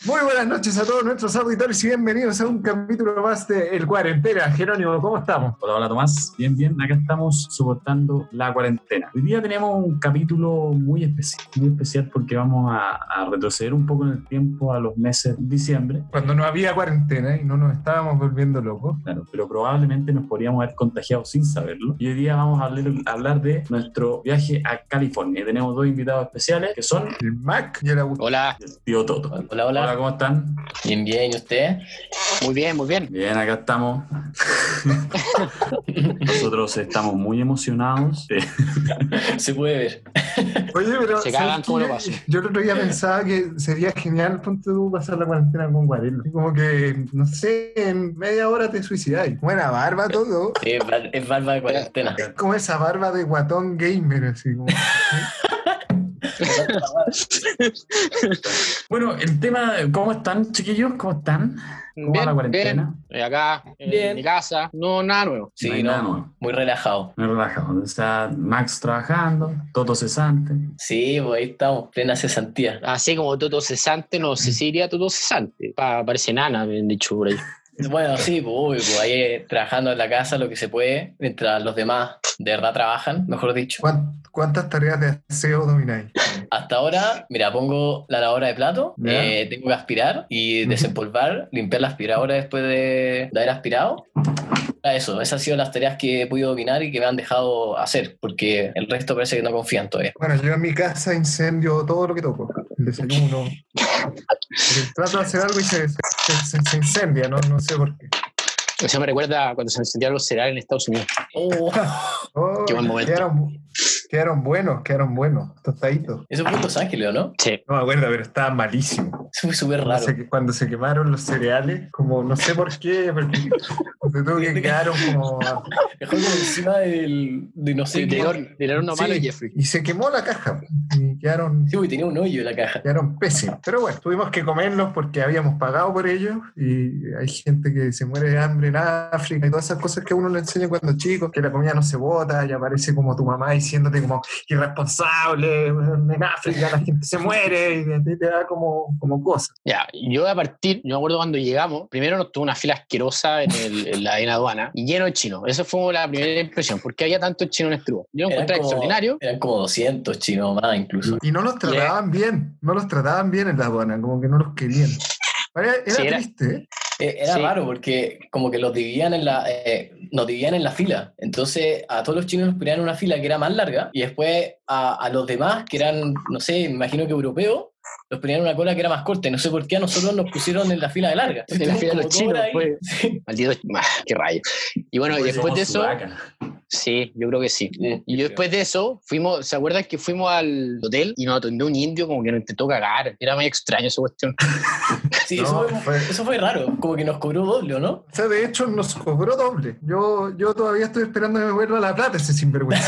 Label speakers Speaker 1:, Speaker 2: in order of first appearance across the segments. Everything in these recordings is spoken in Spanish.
Speaker 1: Muy buenas noches a todos nuestros auditores y bienvenidos a un capítulo más de El Cuarentena. Jerónimo, ¿cómo estamos?
Speaker 2: Hola Tomás, bien, acá estamos soportando la cuarentena. Hoy día tenemos un capítulo muy especial porque vamos a retroceder un poco en el tiempo a los meses de diciembre.
Speaker 1: Cuando no había cuarentena y no nos estábamos volviendo locos.
Speaker 2: Claro, pero probablemente nos podríamos haber contagiado sin saberlo. Y hoy día vamos a hablar de nuestro viaje a California. Y tenemos dos invitados especiales que son
Speaker 1: el Mac y el Augusto.
Speaker 3: Hola.
Speaker 2: Y el tío Toto.
Speaker 3: Hola,
Speaker 2: ¿Cómo están?
Speaker 3: Bien, ¿y usted? Muy bien.
Speaker 2: Bien, acá estamos. Nosotros estamos muy emocionados.
Speaker 3: Se puede ver.
Speaker 1: Oye, pero
Speaker 3: se cagan como lo paso.
Speaker 1: Yo el otro día pensaba que sería genial, ponte tú, pasar la cuarentena con Guarelo. Como que, no sé, en media hora te suicidáis. Buena barba, todo.
Speaker 3: Sí, es barba de cuarentena.
Speaker 1: Es como esa barba de guatón gamer, así como...
Speaker 2: Bueno, el tema, ¿cómo están, chiquillos? ¿Cómo están? ¿Cómo va la cuarentena?
Speaker 3: Bien. Acá, en mi casa, no, nada nuevo.
Speaker 2: Sí, no hay nada nuevo.
Speaker 3: Muy relajado.
Speaker 2: Muy relajado. O sea, Max trabajando, Toto cesante.
Speaker 3: Sí, pues ahí estamos, plena cesantía. Así como Toto cesante, no sé si iría Toto cesante. Parece nana, me han dicho por ahí. Bueno, sí, pues ahí trabajando en la casa lo que se puede, mientras los demás de verdad trabajan, mejor dicho.
Speaker 1: ¿Cuántas tareas de aseo domináis?
Speaker 3: Hasta ahora, mira, pongo la lavadora de plato, tengo que aspirar y desempolvar, limpiar la aspiradora después de haber aspirado. Eso, esas han sido las tareas que he podido dominar y que me han dejado hacer, porque el resto parece que no confían todavía.
Speaker 1: Bueno, yo en mi casa incendio todo lo que toco. El desayuno. Trato de hacer algo y se incendia, no sé por qué.
Speaker 3: Eso me recuerda cuando se incendiaron los cereales en Estados Unidos.
Speaker 1: Oh,
Speaker 3: qué buen momento.
Speaker 1: Quedaron buenos, tostaditos.
Speaker 3: Eso fue en Los Ángeles, ¿o no? Sí.
Speaker 1: No me acuerdo, pero estaban malísimos.
Speaker 3: Eso fue súper raro.
Speaker 1: Cuando se quemaron los cereales, como no sé por qué, porque que quedaron como...
Speaker 3: Dejó como encima del horno malo, Jeffrey.
Speaker 1: Y se quemó la caja. Y quedaron...
Speaker 3: Sí, tenía un hoyo en la caja.
Speaker 1: Quedaron pésimos. Pero bueno, tuvimos que comerlos porque habíamos pagado por ellos y hay gente que se muere de hambre en África y todas esas cosas que a uno le enseña cuando es chico, que la comida no se bota y aparece como tu mamá diciéndote como irresponsable, en África la gente se muere y te da como cosas.
Speaker 3: Ya, yo me acuerdo cuando llegamos, primero nos tuvo una fila asquerosa en la aduana y lleno de chinos. Eso fue la primera impresión, porque había tantos chinos en este lugar. Yo lo encontré extraordinario. Eran como 200 chinos más incluso.
Speaker 1: Y no los trataban bien en la aduana, como que no los querían. Era triste,
Speaker 3: Era raro porque como que nos dividían en la fila. Entonces a todos los chinos nos ponían en una fila que era más larga y después a los demás que eran, no sé, me imagino que europeos, los ponían en una cola que era más corta. Y no sé por qué a nosotros nos pusieron en la fila de larga. En la fila de los chinos, pues. Maldito, qué rayo. Y bueno, y después de eso... Sí, yo creo que sí. Y después de eso, ¿se acuerdan que fuimos al hotel y nos atendió un indio como que nos intentó cagar? Era muy extraño esa cuestión. Sí, eso fue raro, como que nos cobró doble, ¿no?
Speaker 1: O sea, de hecho nos cobró doble. Yo todavía estoy esperando que me vuelva la plata ese sinvergüenza.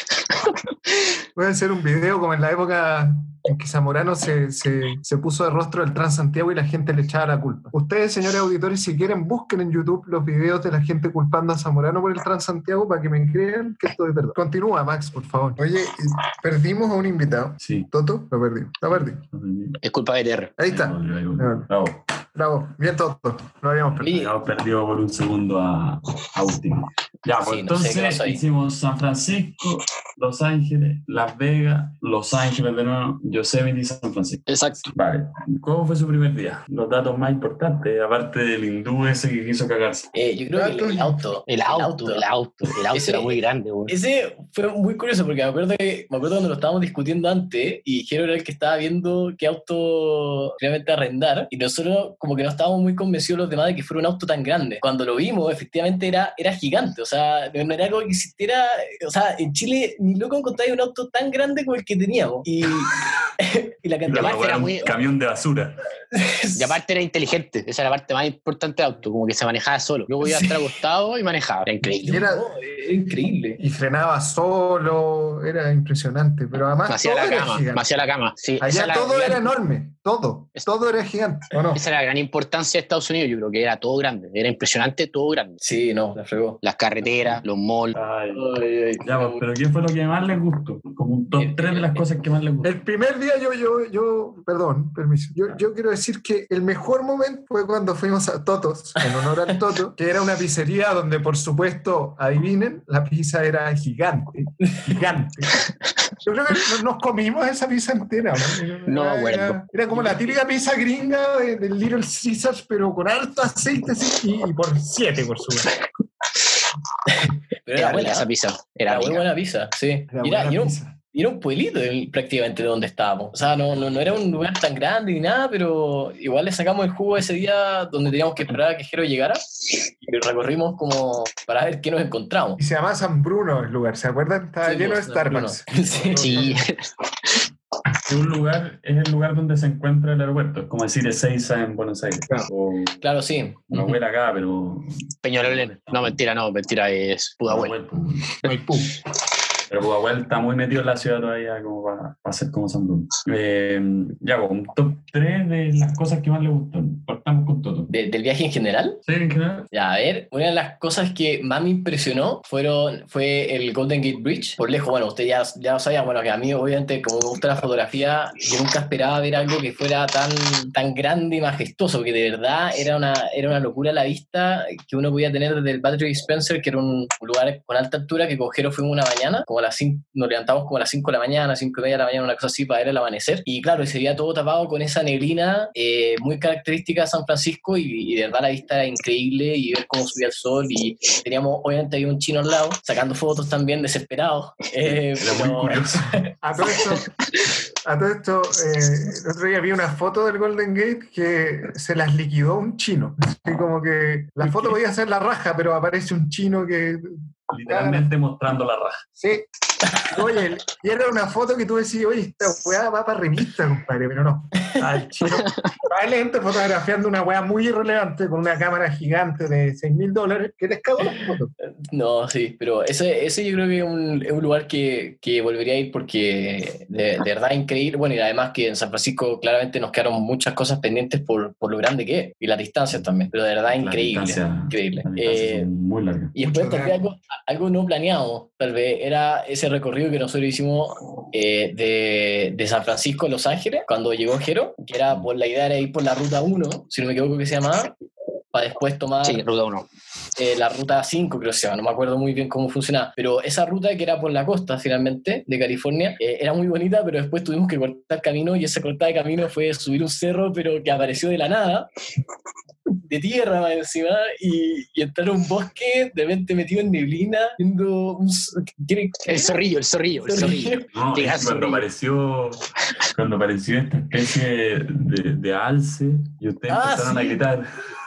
Speaker 1: Voy a hacer un video como en la época en que Zamorano se puso de rostro del Transantiago y la gente le echaba la culpa. Ustedes, señores auditores, si quieren, busquen en YouTube los videos de la gente culpando a Zamorano por el Transantiago para que me crean que esto es verdad. Continúa, Max, por favor. Oye, perdimos a un invitado.
Speaker 2: Sí.
Speaker 1: ¿Toto? Lo perdí.
Speaker 3: Es culpa de TR.
Speaker 1: Ahí está. Bravo. Bien, Toto. Lo habíamos perdido.
Speaker 2: Habíamos perdido por un segundo a Último. Ya, pues sí, entonces no sé hicimos San Francisco, Los Ángeles, Las Vegas, Los Ángeles de nuevo, Yosemite y San Francisco.
Speaker 3: Exacto.
Speaker 2: Vale. ¿Cómo fue su primer día? Los datos más importantes, aparte del hindú ese que quiso cagarse.
Speaker 3: Yo creo que el auto era muy grande, güey. Ese fue muy curioso porque me acuerdo cuando lo estábamos discutiendo antes y Jero era el que estaba viendo qué auto realmente arrendar y nosotros como que no estábamos muy convencidos los demás de que fuera un auto tan grande. Cuando lo vimos, efectivamente era gigante, o sea, no era algo que existiera, o sea, en Chile ni loco encontráis un auto tan grande como el que teníamos. Y la cantidad era muy...
Speaker 2: camión de basura.
Speaker 3: Y aparte era inteligente, esa era la parte más importante del auto, como que se manejaba solo. Yo podía estar acostado y manejaba, era increíble.
Speaker 1: Era
Speaker 3: increíble.
Speaker 1: Y frenaba solo, era impresionante, pero además
Speaker 3: me hacía la cama. Sí,
Speaker 1: allá todo era enorme, todo era gigante, ¿o no?
Speaker 3: Esa era la gran importancia de Estados Unidos, yo creo que era todo grande, era impresionante, todo grande. Sí, no, la fregó. Las carreteras, los malls.
Speaker 2: Ya, pero ¿qué fue lo que más les gustó? Como un top 3 de las cosas que más les gustó.
Speaker 1: El primer día perdón, permiso. Yo quiero decir que el mejor momento fue cuando fuimos a Totos, en honor al Toto, que era una pizzería donde, por supuesto, adivinen, la pizza era gigante. Gigante. Yo creo que nos comimos esa pizza entera, ¿no?
Speaker 4: No, bueno.
Speaker 1: Era como la típica pizza gringa del Little Caesars, pero con harto aceite y por 7, por supuesto.
Speaker 3: Pero
Speaker 4: Era
Speaker 3: buena
Speaker 4: rica esa pizza.
Speaker 3: Era
Speaker 4: Era
Speaker 3: muy
Speaker 4: rica.
Speaker 3: buena pizza, sí. Y era un pueblito prácticamente de donde estábamos. O sea, no era un lugar tan grande ni nada, pero igual le sacamos el jugo ese día donde teníamos que esperar a que Jero llegara y recorrimos como para ver qué nos encontramos.
Speaker 1: Y se llama San Bruno el lugar, ¿se acuerdan? Estaba
Speaker 3: Sí,
Speaker 1: lleno de
Speaker 3: pues, San Bruno.
Speaker 1: Starbucks.
Speaker 4: Sí.
Speaker 2: Es el lugar donde se encuentra el aeropuerto. Es como decir Ezeiza en Buenos Aires.
Speaker 1: Claro.
Speaker 2: O
Speaker 3: Claro, sí.
Speaker 2: una abuela acá, pero...
Speaker 4: Peñalolén. No, mentira, es Pudahuel.
Speaker 1: No hay pum.
Speaker 2: Pero Pudahuel está muy metido en la ciudad todavía como para ser como San Bruno. Ya, un top 3 de las cosas que más le gustan. Partamos con todo.
Speaker 3: ¿Del viaje en general?
Speaker 2: Sí, en general.
Speaker 3: Ya, a ver, una de las cosas que más me impresionó fue el Golden Gate Bridge. Por lejos, bueno, usted ya lo sabía, bueno, que a mí obviamente como me gusta la fotografía, yo nunca esperaba ver algo que fuera tan grande y majestuoso, que de verdad era una locura la vista que uno podía tener desde el Battery Spencer, que era un lugar con alta altura, que con Jero fuimos una mañana, como a las 5, nos levantamos como a las 5 de la mañana, 5:30 de la mañana, una cosa así, para ver el amanecer. Y claro, se veía todo tapado con esa neblina muy característica de San Francisco y de verdad la vista era increíble y ver cómo subía el sol y teníamos, obviamente había un chino al lado, sacando fotos también, desesperado.
Speaker 2: Era muy curioso.
Speaker 1: A todo esto, el otro día vi una foto del Golden Gate que se las liquidó un chino. Así como que la foto podía ser la raja, pero aparece un chino que...
Speaker 2: Literalmente mostrando la raja.
Speaker 1: Sí. Oye, y era una foto que tú decís, oye, esta weá va para revista, compadre, pero no. Al chino, probablemente fotografiando una weá muy irrelevante con una cámara gigante de $6,000 que les cagó la foto.
Speaker 3: No, sí, pero ese yo creo que es un lugar que volvería a ir porque de verdad increíble. Bueno, y además que en San Francisco claramente nos quedaron muchas cosas pendientes por lo grande que es y las distancias también, pero de verdad increíble. Increíble.
Speaker 2: Las distancias son muy largas.
Speaker 3: Y después tal vez algo no planeado, tal vez era ese recorrido que nosotros hicimos de San Francisco a Los Ángeles cuando llegó Jero, que era por la idea era ir por la ruta 1, si no me equivoco que se llamaba, para después tomar
Speaker 4: ruta 1.
Speaker 3: la ruta 5 creo que se llama, no me acuerdo muy bien cómo funcionaba, pero esa ruta que era por la costa finalmente de California era muy bonita, pero después tuvimos que cortar camino y esa cortada de camino fue subir un cerro pero que apareció de la nada de tierra más encima y entrar a un bosque de repente metido en neblina viendo
Speaker 4: El zorrillo.
Speaker 2: No, cuando apareció esta especie de alce y ustedes empezaron a gritar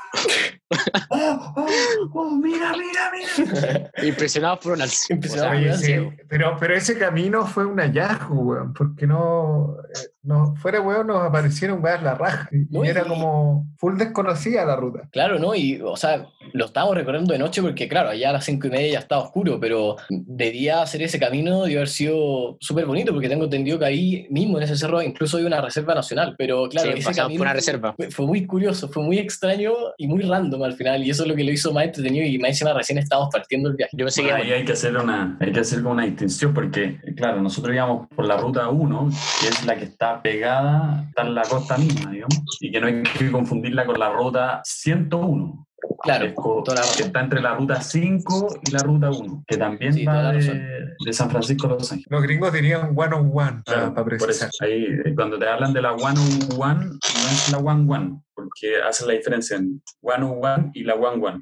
Speaker 2: mira.
Speaker 4: Impresionados por un alce.
Speaker 3: Impresionados.
Speaker 1: Sí, pero ese camino fue un hallazgo, weón, porque no fuera weón nos aparecieron weas la raja y era como full desconocida la ruta.
Speaker 3: Claro, ¿no? Y, o sea, lo estábamos recorriendo de noche porque, claro, allá a las 5:30 ya estaba oscuro, pero de día hacer ese camino debió haber sido súper bonito porque tengo entendido que ahí mismo en ese cerro incluso hay una reserva nacional, pero claro,
Speaker 4: sí,
Speaker 3: ese camino
Speaker 4: por una reserva.
Speaker 3: Fue muy curioso, fue muy extraño y muy random al final y eso es lo que lo hizo más entretenido y más encima recién estábamos partiendo el viaje.
Speaker 4: Yo pensé
Speaker 2: ahí hay que hacer como una distinción porque, claro, nosotros íbamos por la ruta 1, que es la que está pegada, está en la costa misma, digamos, y que no hay que confundirla con la ruta 101.
Speaker 3: Claro,
Speaker 2: que está entre la ruta 5 y la ruta 1, que también va de San Francisco a Los Ángeles.
Speaker 1: Los gringos dirían 101,
Speaker 2: claro,
Speaker 1: para precisar.
Speaker 2: Por eso, ahí, cuando te hablan de la 101, no es la 11, porque hacen la diferencia en 101 y la 11.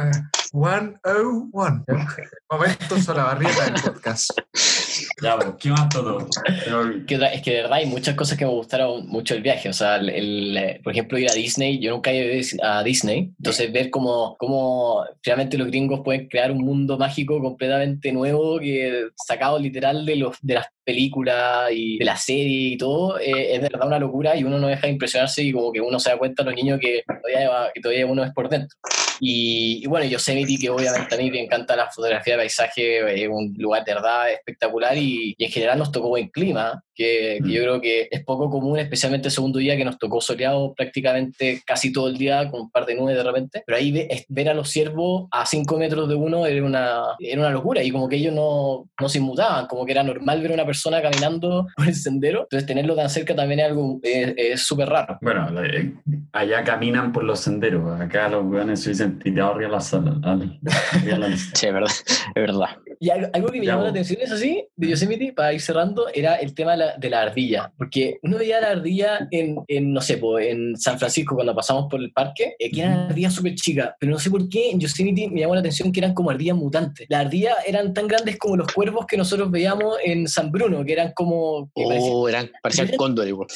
Speaker 1: 101. Momento Solabarrieta del podcast.
Speaker 2: Ya, pues, ¿qué más todo?
Speaker 3: Es que de verdad hay muchas cosas que me gustaron mucho del viaje. O sea, por ejemplo, ir a Disney. Yo nunca he ido a Disney. Entonces, ver cómo realmente los gringos pueden crear un mundo mágico completamente nuevo, que sacado literal de las películas y de la serie y todo, es de verdad una locura y uno no deja de impresionarse y como que uno se da cuenta a los niños que todavía uno es por dentro. Y bueno, Yosemite, que obviamente a mí me encanta la fotografía de paisaje, es un lugar de verdad espectacular y en general nos tocó buen clima, que yo creo que es poco común, especialmente el segundo día que nos tocó soleado prácticamente casi todo el día, con un par de nubes de repente, pero ahí ver a los ciervos a 5 metros de uno era una locura, y como que ellos no se inmutaban, como que era normal ver a una persona caminando por el sendero, entonces tenerlo tan cerca también es algo súper raro.
Speaker 2: Bueno, allá caminan por los senderos, acá los weones se hubiesen tirado arriba la sala.
Speaker 4: Sí, es verdad.
Speaker 3: Y algo que me llamó la atención, eso sí, de Yosemite, para ir cerrando, era el tema de la ardilla, porque uno veía la ardilla no sé, en San Francisco cuando pasamos por el parque, que eran ardillas súper chicas, pero no sé por qué en Yosemite me llamó la atención que eran como ardillas mutantes. Las ardillas eran tan grandes como los cuervos que nosotros veíamos en San Bruno, que eran como...
Speaker 4: parecían cóndores, igual.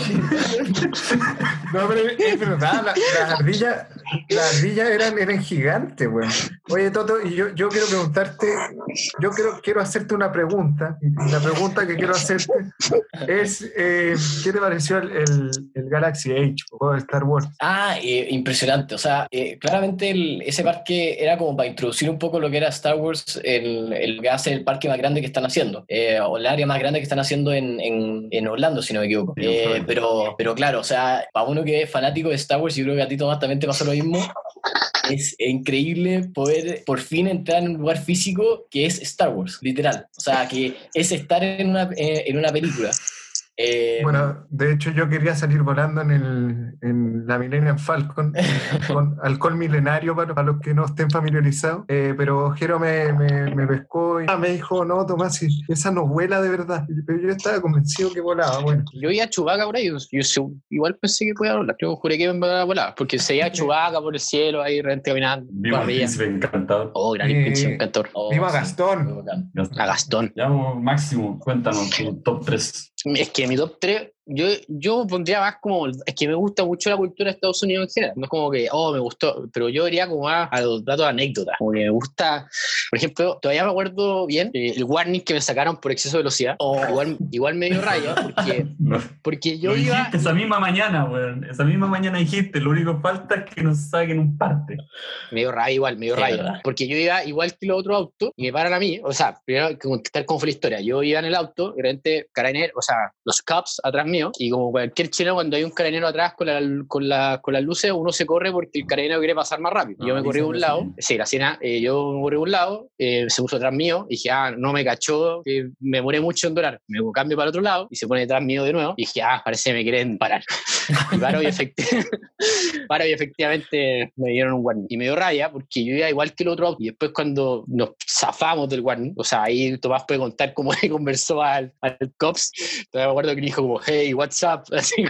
Speaker 1: No, pero es verdad, las ardillas eran gigantes, güey. Oye, Toto, y yo quiero preguntarte, quiero hacerte una pregunta, y la pregunta que quiero hacerte es, ¿qué te pareció el Galaxy Edge, o Star Wars?
Speaker 3: Impresionante, o sea, claramente ese parque era como para introducir un poco lo que era Star Wars, el que hace el parque más grande que están haciendo, o el área más grande que están haciendo en Orlando, si no me equivoco. Pero claro, o sea, para uno que es fanático de Star Wars, yo creo que a ti, Tomás, también te pasó lo mismo. Es increíble poder por fin entrar en un lugar físico que es Star Wars, literal. O sea, que es estar en una película.
Speaker 1: Bueno, de hecho yo quería salir volando en la Millennium Falcon con alcohol milenario para los que no estén familiarizados, pero Jero me pescó y me dijo, no, Tomás, esa no vuela de verdad, pero yo estaba convencido que volaba. Bueno,
Speaker 4: yo iba a Chewbacca por ahí, yo igual pensé que podía volar, yo juré que me volaba, porque se veía Chewbacca por el cielo ahí realmente caminando.
Speaker 2: Viva el príncipe encantador.
Speaker 4: Gran príncipe encantador.
Speaker 1: Viva Gastón.
Speaker 4: A Gastón.
Speaker 2: Ya, Máximo, cuéntanos tu top 3.
Speaker 4: Es que mi top 3, yo pondría más como, es que me gusta mucho la cultura de Estados Unidos en general, no es como que, me gustó, pero yo iría como más a los datos de anécdotas, como que me gusta, por ejemplo, todavía me acuerdo bien el warning que me sacaron por exceso de velocidad, igual me dio raya, porque yo iba...
Speaker 2: Esa misma mañana dijiste, lo único que falta es que nos saquen un parte.
Speaker 4: Me dio raya, porque yo iba igual que los otros autos, y me paran a mí, o sea, primero que contestar cómo fue la historia, yo iba en el auto, y realmente carabinero, o sea, los cops atrás mío, y como cualquier chileno, cuando hay un carabinero atrás con las luces, uno se corre porque el carabinero quiere pasar más rápido. Yo me corrí de un lado, yo me corrí de un lado, se puso atrás mío, y dije, no me cachó, que me demoré mucho en durar. Me cambio para el otro lado, y se pone detrás mío de nuevo, y dije, parece que me quieren parar. Y paro y efectivamente me dieron un warning. Y me dio raya, porque yo iba igual que el otro auto, y después cuando nos zafamos del warning, o sea, ahí Tomás puede contar cómo le conversó al cops. Todavía me acuerdo que dijo como, hey, what's up? Así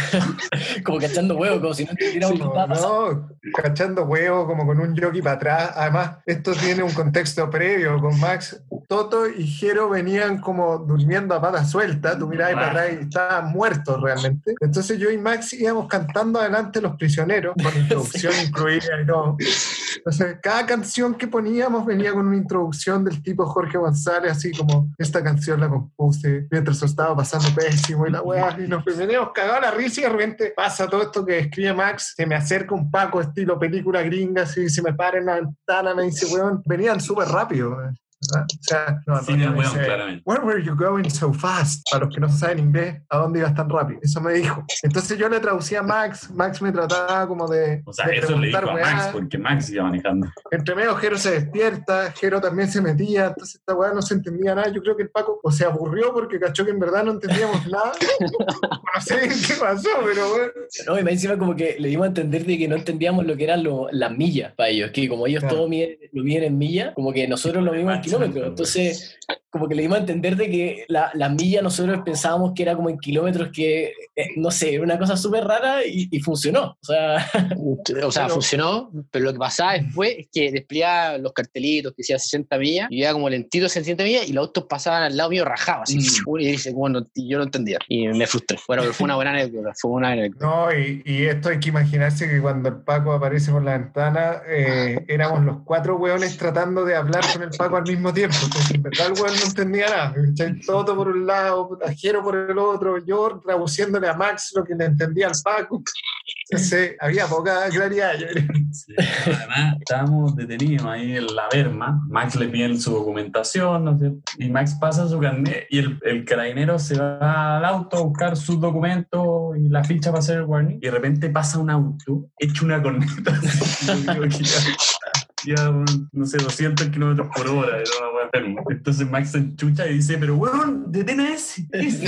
Speaker 3: como cachando huevo, como si no entendiera un
Speaker 1: No, cachando huevo, como con un jockey para atrás. Además, esto tiene un contexto previo con Max. Toto y Jero venían como durmiendo a patas sueltas. Tú mirabas para atrás y estaban muertos realmente. Entonces yo y Max íbamos cantando adelante Los Prisioneros, con introducción incluida y todo. Entonces, cada canción que poníamos venía con una introducción del tipo Jorge González, así como, esta canción la compuse mientras estaba pasando pésimo y la weá, y nos veníamos cagados la risa y de repente pasa todo esto que escribe Max, se me acerca un Paco estilo película gringa, así, se me para en la ventana, me dice, weón, venían súper rápido, weón. ¿Verdad? O sea,
Speaker 2: claramente.
Speaker 1: Where were you going so fast? Para los que no saben inglés, ¿a dónde ibas tan rápido? Eso me dijo. Entonces yo le traducía a Max me trataba como de...
Speaker 2: O sea, eso le dijo a Max, porque Max iba manejando.
Speaker 1: Entre medio Jero se despierta, Jero también se metía, entonces esta weá no se entendía nada. Yo creo que el Paco se aburrió porque cachó que en verdad no entendíamos nada. No sé qué pasó, pero bueno.
Speaker 3: No, y más encima como que le dimos a entender de que no entendíamos lo que eran las millas para ellos, que como ellos todo lo miden en millas, como que nosotros lo mismos en kilómetros. Entonces, como que le dimos a entender de que la milla nosotros pensábamos que era como en kilómetros, que no sé, era una cosa súper rara y funcionó. O sea,
Speaker 4: funcionó, pero lo que pasaba después es que desplegaba los cartelitos que decía 60 millas, y iba como lentito a 60 millas, y los autos pasaban al lado mío rajados, así, y dice, bueno, yo no entendía, y me frustré. Bueno, pero fue una buena anécdota,
Speaker 1: No, y esto hay que imaginarse que cuando el Paco aparece por la ventana, éramos los 4 hueones tratando de hablar con el Paco al mismo tiempo. Entonces, en verdad, el hueón no entendía nada. Toto por un lado, Jero por el otro, yo traduciéndole a Max lo que le entendía al Paco. Entonces, había poca claridad, yo creo.
Speaker 2: Sí, además, estábamos detenidos ahí en la Berma. Max le piden su documentación, ¿no sé? Y Max pasa su carnet y el carabinero se va al auto a buscar sus documentos y la ficha para hacer el warning. Y de repente pasa un auto hecho una corneta. Así, yo creo que ya, no sé, 200 kilómetros por hora. Era una wea enferma. Entonces Max se enchucha y dice, pero weón, detén a ese.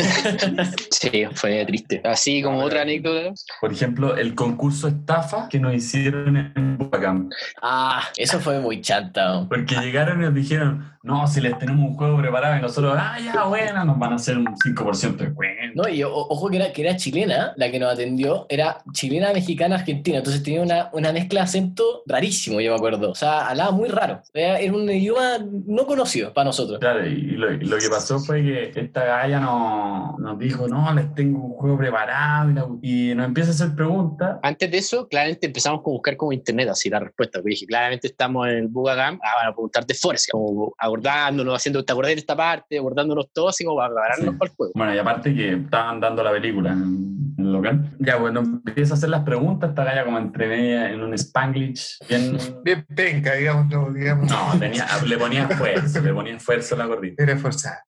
Speaker 4: Sí, fue triste. Así como otra anécdota.
Speaker 2: Por ejemplo, el concurso estafa que nos hicieron en Bacam.
Speaker 3: Eso fue muy chanta.
Speaker 2: Porque llegaron y nos dijeron, no, si les tenemos un juego preparado y nosotros, ya, bueno, nos van a hacer un 5% de cuenta.
Speaker 3: No, y ojo que era chilena la que nos atendió, era chilena, mexicana, argentina, entonces tenía una mezcla de acento rarísimo, yo me acuerdo. O sea, hablaba muy raro. Era un idioma no conocido para nosotros.
Speaker 2: Claro, y lo que pasó fue que esta galla nos dijo, no, les tengo un juego preparado y nos empieza a hacer preguntas.
Speaker 4: Antes de eso, claramente empezamos a buscar como internet así la respuesta, porque dije, claramente estamos en el Bugagam, van a preguntar de Force, como abordándonos, haciendo, ¿te acordás de esta parte? Abordándonos todos, así como para prepararnos para el juego.
Speaker 2: Bueno, y aparte que estaban dando la película en el local. Ya, bueno, empieza a hacer las preguntas, esta galla como entre media en un Spanglish,
Speaker 1: bien penca, digamos.
Speaker 2: No, le ponía esfuerzo a la gordita.
Speaker 1: Era forzada.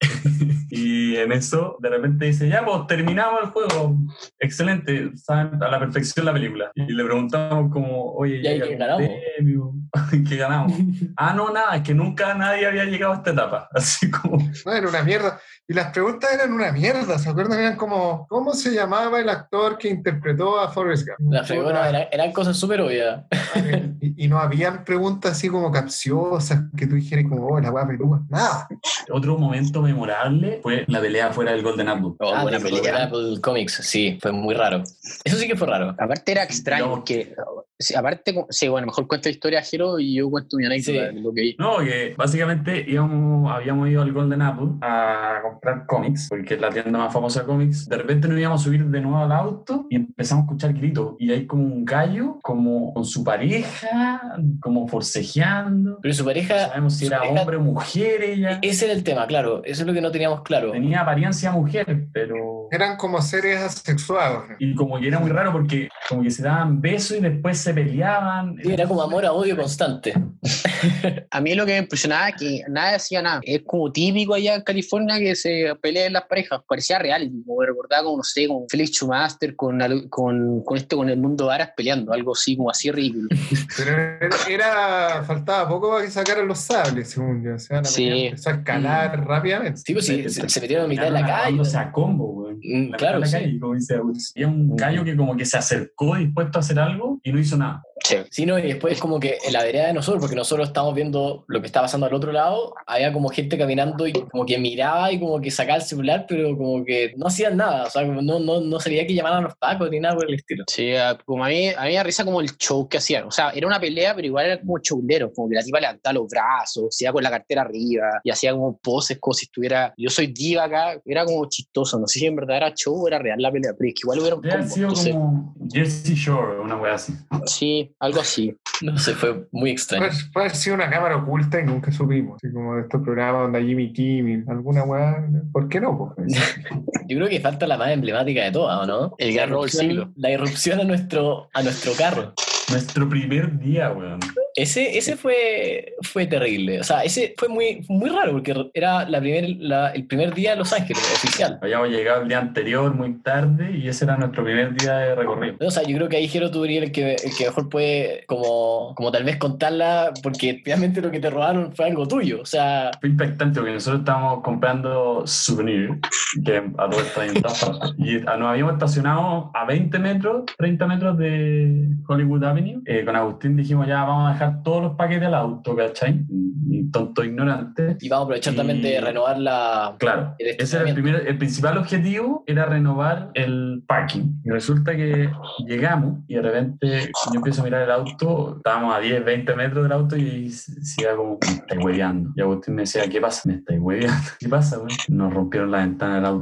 Speaker 2: Y en eso, de repente dice, ya, pues terminamos el juego. Excelente, saben a la perfección la película. Y le preguntamos como, oye,
Speaker 3: ¿y qué ganamos?
Speaker 2: ¿Qué ganamos? No, nada, es que nunca nadie había llegado a esta etapa. Así como...
Speaker 1: No, era una mierda. Y las preguntas eran una mierda, ¿se acuerdan? Eran como, ¿cómo se llamaba el actor que interpretó a Forrest Gump?
Speaker 3: Eran cosas súper obvias.
Speaker 1: Y no habían preguntas así como capciosas que tú dijeras como, la weá pelúa. Nada.
Speaker 2: Otro momento memorable fue la pelea fuera del Golden Apple.
Speaker 3: Buena pelea. Apple Comics, sí, fue muy raro. Eso sí que fue raro.
Speaker 4: Aparte era extraño, porque... Aparte, sí, bueno, mejor cuenta la historia Jero y yo cuento mi anécdota de lo que vi.
Speaker 2: No, que básicamente habíamos ido al Golden Apple a comprar cómics, porque es la tienda más famosa de cómics. De repente nos íbamos a subir de nuevo al auto y empezamos a escuchar gritos. Y hay como un gallo, como con su pareja, como forcejeando.
Speaker 3: Pero su pareja...
Speaker 2: No sabemos si era hombre o mujer ella.
Speaker 3: Ese era el tema, claro. Eso es lo que no teníamos claro.
Speaker 2: Tenía apariencia mujer, pero...
Speaker 1: Eran como seres asexuados.
Speaker 2: Y como que era muy raro porque como que se daban besos y después se peleaban.
Speaker 3: Sí, era como amor a odio constante.
Speaker 4: A mí lo que me impresionaba es que nadie hacía nada. Es como típico allá en California que se pelean las parejas. Parecía real. Como me recordaba como, no sé, como Felix Schumacher con el Mundo Varas peleando. Algo así, como así ridículo.
Speaker 1: Pero faltaba poco para que sacaran los sables, según yo. O sea, la pelea empezó a escalar rápidamente.
Speaker 3: Sí, pues sí, se metieron a mitad de la calle.
Speaker 2: O sea, combo, güey.
Speaker 3: Claro, sí.
Speaker 2: Calle, como dice, había un gallo que como que se acercó dispuesto a hacer algo y no hizo nada.
Speaker 3: Sí, no, y después como que en la vereda de nosotros, porque nosotros estábamos viendo lo que estaba pasando al otro lado, había como gente caminando y como que miraba y como que sacaba el celular, pero como que no hacían nada, o sea, no sabía que llamaran a los pacos ni nada por el estilo.
Speaker 4: Sí, como a mí me da risa como el show que hacían, o sea, era una pelea, pero igual era como showlero, como que la tipa levantaba los brazos, se iba con la cartera arriba y hacía como poses como si estuviera, yo soy diva acá, era como chistoso, no sé si en verdad era show o era real la pelea, pero es que igual hubiera un
Speaker 2: combo, sido entonces... como Jersey Shore, una wea así.
Speaker 4: Sí, algo así.
Speaker 3: No sé, fue muy extraño.
Speaker 1: Puede haber sido una cámara oculta y nunca supimos. Así como de estos programas donde Jimmy Kimmel, alguna weá. ¿Por qué no?
Speaker 3: Yo creo que falta la más emblemática de todas, ¿o no?
Speaker 4: El carro del siglo.
Speaker 3: La irrupción a nuestro carro.
Speaker 2: Nuestro primer día, weón.
Speaker 3: Ese fue terrible. O sea, ese fue muy, muy raro porque era el primer día de Los Ángeles, oficial.
Speaker 2: Habíamos llegado el día anterior, muy tarde, y ese era nuestro primer día de recorrido.
Speaker 3: O sea, yo creo que ahí Jero tú eres el que mejor puede como tal vez contarla, porque finalmente lo que te robaron fue algo tuyo. O sea...
Speaker 2: Fue impactante porque nosotros estábamos comprando souvenirs, que a todo esto hay en todas partes. Y nos habíamos estacionado a 20 metros, 30 metros de Hollywood Avenue. Con Agustín dijimos, ya vamos a dejar todos los paquetes al auto, ¿cachai? Y tonto ignorante.
Speaker 3: Y vamos a aprovechar también de renovar la...
Speaker 2: Claro, ese era el principal objetivo, era renovar el parking. Y resulta que llegamos y de repente yo empiezo a mirar el auto, estábamos a 10, 20 metros del auto y decía como, me estáis hueveando. Y Agustín me decía, ¿qué pasa? Me estáis hueveando. ¿Qué pasa, güey? Nos rompieron la ventana del auto.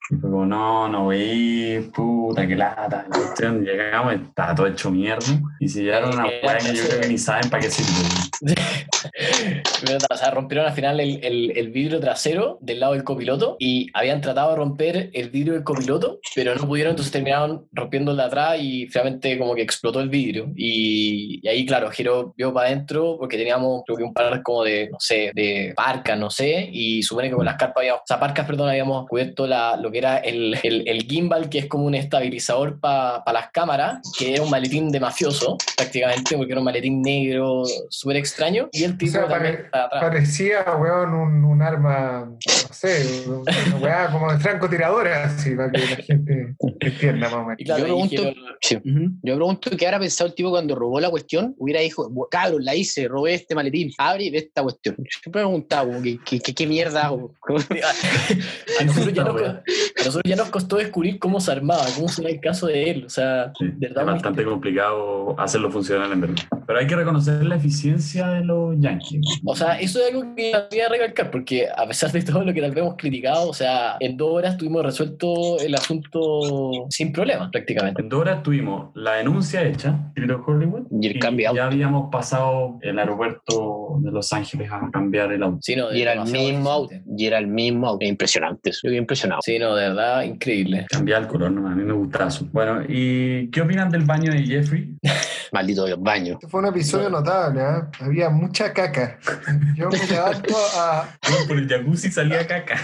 Speaker 2: Y fue como, no voy a ir, puta, qué lata. La cuestión, llegamos, estaba todo hecho mierda. Y se llevaron una weá que yo creo que ni saben para qué sirve.
Speaker 3: ¿Verdad? O sea, rompieron al final el vidrio trasero del lado del copiloto y habían tratado de romper el vidrio del copiloto, pero no pudieron, entonces terminaron rompiendo el de atrás y finalmente como que explotó el vidrio. Y ahí, claro, Jero vio para adentro porque teníamos, creo que un par como de, no sé, de parcas, no sé, y supone que con las carpas habíamos, o sea, parcas, perdón, habíamos cubierto lo que era el gimbal, que es como un estabilizador para las cámaras, que era un maletín de mafioso, prácticamente, porque era un maletín negro súper extraño, y el tipo también estaba atrás.
Speaker 1: Parecía, weón, un arma, no sé, una weá como de francotiradora, así, para que la gente entienda más o menos.
Speaker 3: Y claro,
Speaker 4: yo pregunto qué habrá pensado el tipo cuando robó la cuestión. Hubiera dicho, cabrón, la hice, robé este maletín, abre y ve esta cuestión. Yo siempre me he preguntado, como, ¿qué mierda?
Speaker 3: A nosotros ya nos costó descubrir cómo se armaba, cómo se era el caso de él. O sea,
Speaker 2: Sí,
Speaker 3: de verdad,
Speaker 2: es bastante complicado hacerlo funcionar en verdad. Pero hay que reconocer la eficiencia de los Yankees.
Speaker 3: O sea, eso es algo que quería recalcar, porque a pesar de todo lo que tal vez hemos criticado, o sea, en 2 horas tuvimos resuelto el asunto sin problemas, prácticamente.
Speaker 2: En 2 horas tuvimos la denuncia hecha, escrito Hollywood,
Speaker 4: Y el cambio de auto.
Speaker 2: ya habíamos pasado el aeropuerto de Los Ángeles a cambiar el auto.
Speaker 3: Sí, no,
Speaker 4: Y era el
Speaker 3: demasiado
Speaker 4: mismo auto.
Speaker 3: eficiente.
Speaker 4: Y era el mismo auto. Es impresionante. Yo quedé impresionado.
Speaker 3: Sí, no, de verdad, increíble.
Speaker 2: Cambiar el color, no, a mí me gustaba eso. Bueno, ¿y qué opinan del baño de Jeffrey?
Speaker 4: Maldito baño.
Speaker 1: Este fue un episodio notable, ¿eh? Había mucha caca. Yo me levanto
Speaker 2: Por el jacuzzi salía caca.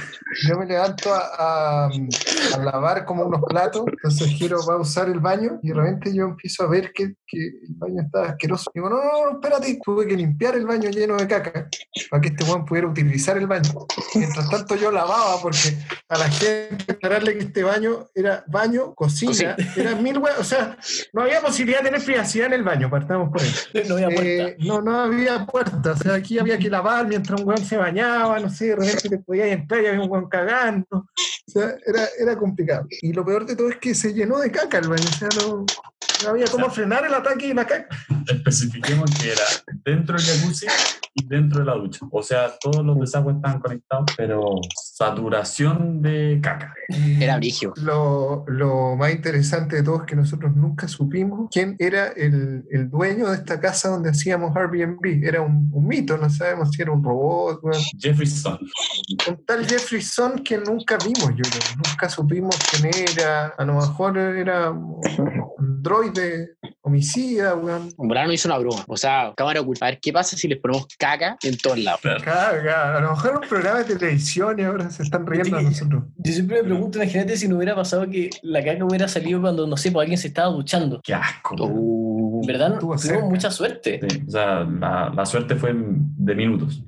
Speaker 1: a lavar como unos platos, entonces Jero va a usar el baño y de repente yo empiezo a ver que el baño está asqueroso. Digo, no, espérate, tuve que limpiar el baño lleno de caca para que este weón pudiera utilizar el baño. Mientras tanto yo lavaba porque a la gente aclararle que este baño era baño, cocina, era 1000 weas, o sea, no había posibilidad de tener privacidad en el baño, partamos por ahí.
Speaker 3: No había puerta.
Speaker 1: No había puerta, o sea, aquí había que lavar mientras un weón se bañaba, no sé, de repente te podías entrar y había un weón cagando, o sea, era complicado. Y lo peor de todo es que se llenó de caca el baño, o sea, no había cómo frenar el ataque de la caca.
Speaker 2: Especifiquemos que era dentro del jacuzzi y dentro de la ducha. O sea, todos los desagües estaban conectados, pero saturación de caca.
Speaker 4: Era brigio.
Speaker 1: Lo más interesante de todo es que nosotros nunca supimos quién era el dueño de esta casa donde hacíamos Airbnb. Era un mito, no sabemos si era un robot. Bueno.
Speaker 2: Jefferson.
Speaker 1: Un tal Jeffreyson que nunca vimos, yo creo. Nunca supimos quién era. A lo mejor era un droide homicida, weón.
Speaker 4: Brano hizo una broma. O sea, cámara oculta. A ver qué pasa si les ponemos caca en todos lados.
Speaker 1: Caga. A lo mejor un programa de televisión y ahora se están riendo de nosotros.
Speaker 3: Yo siempre me pregunto, imagínate si no hubiera pasado que la caca hubiera salido cuando, no sé, pues alguien se estaba duchando.
Speaker 2: Qué asco.
Speaker 3: En verdad,
Speaker 1: Estuvo cerca.
Speaker 3: tuvimos mucha suerte.
Speaker 2: Sí, o sea, la suerte fue de minutos.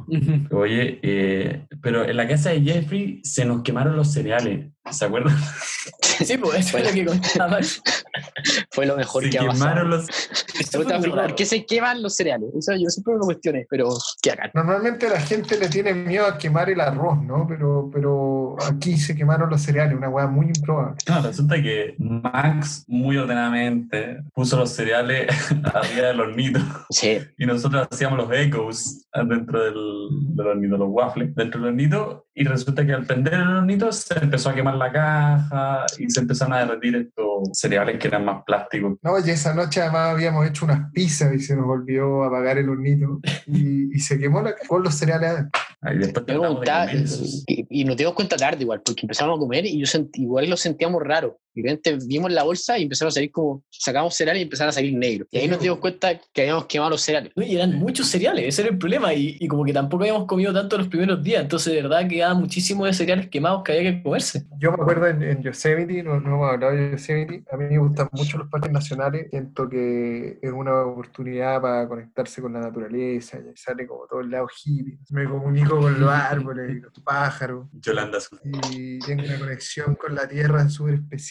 Speaker 2: Oye, pero en la casa de Jeffrey se nos quemaron los cereales. ¿Se acuerdan?
Speaker 3: Sí, pues eso es lo que contaba Max.
Speaker 4: Fue lo mejor
Speaker 2: Se
Speaker 4: que ha pasado.
Speaker 2: quemaron los...
Speaker 3: Eso fue muy raro.
Speaker 4: ¿Por qué se queman los cereales? Eso yo siempre me lo cuestioné, pero qué hagan.
Speaker 1: Normalmente la gente le tiene miedo a quemar el arroz, ¿no? Pero aquí se quemaron los cereales, una hueá muy improbable.
Speaker 2: No, resulta que Max muy ordenadamente puso los cereales arriba del hornito
Speaker 4: Sí.
Speaker 2: y nosotros hacíamos los ecos dentro del hornito, los waffles dentro del hornito, y resulta que al prender el hornito se empezó a quemar la caja y se empezaron a derretir estos cereales que eran más plásticos.
Speaker 1: No, y esa noche además habíamos hecho unas pizzas y se nos volvió a apagar el hornito y se quemó con los cereales adentro.
Speaker 2: Ahí después
Speaker 4: Yo
Speaker 2: tratamos de
Speaker 4: preguntaba,
Speaker 2: comer eso.
Speaker 4: y nos dimos cuenta tarde igual, porque empezamos a comer y igual lo sentíamos raro. Y de repente vimos la bolsa y empezaron a salir como, sacamos cereales y empezaron a salir negros. Y ahí nos dimos cuenta que habíamos quemado los cereales.
Speaker 3: Y eran muchos cereales, ese era el problema. Y como que tampoco habíamos comido tanto los primeros días, entonces de verdad quedaba muchísimo de cereales quemados que había que comerse.
Speaker 1: Yo me acuerdo en Yosemite, no hemos hablado de Yosemite, a mí me gustan mucho los parques nacionales, siento que es una oportunidad para conectarse con la naturaleza, y sale como todo el lado hippie, me comunico con los árboles y los pájaros,
Speaker 2: Yolanda Azul.
Speaker 1: y tengo una conexión con la tierra súper especial.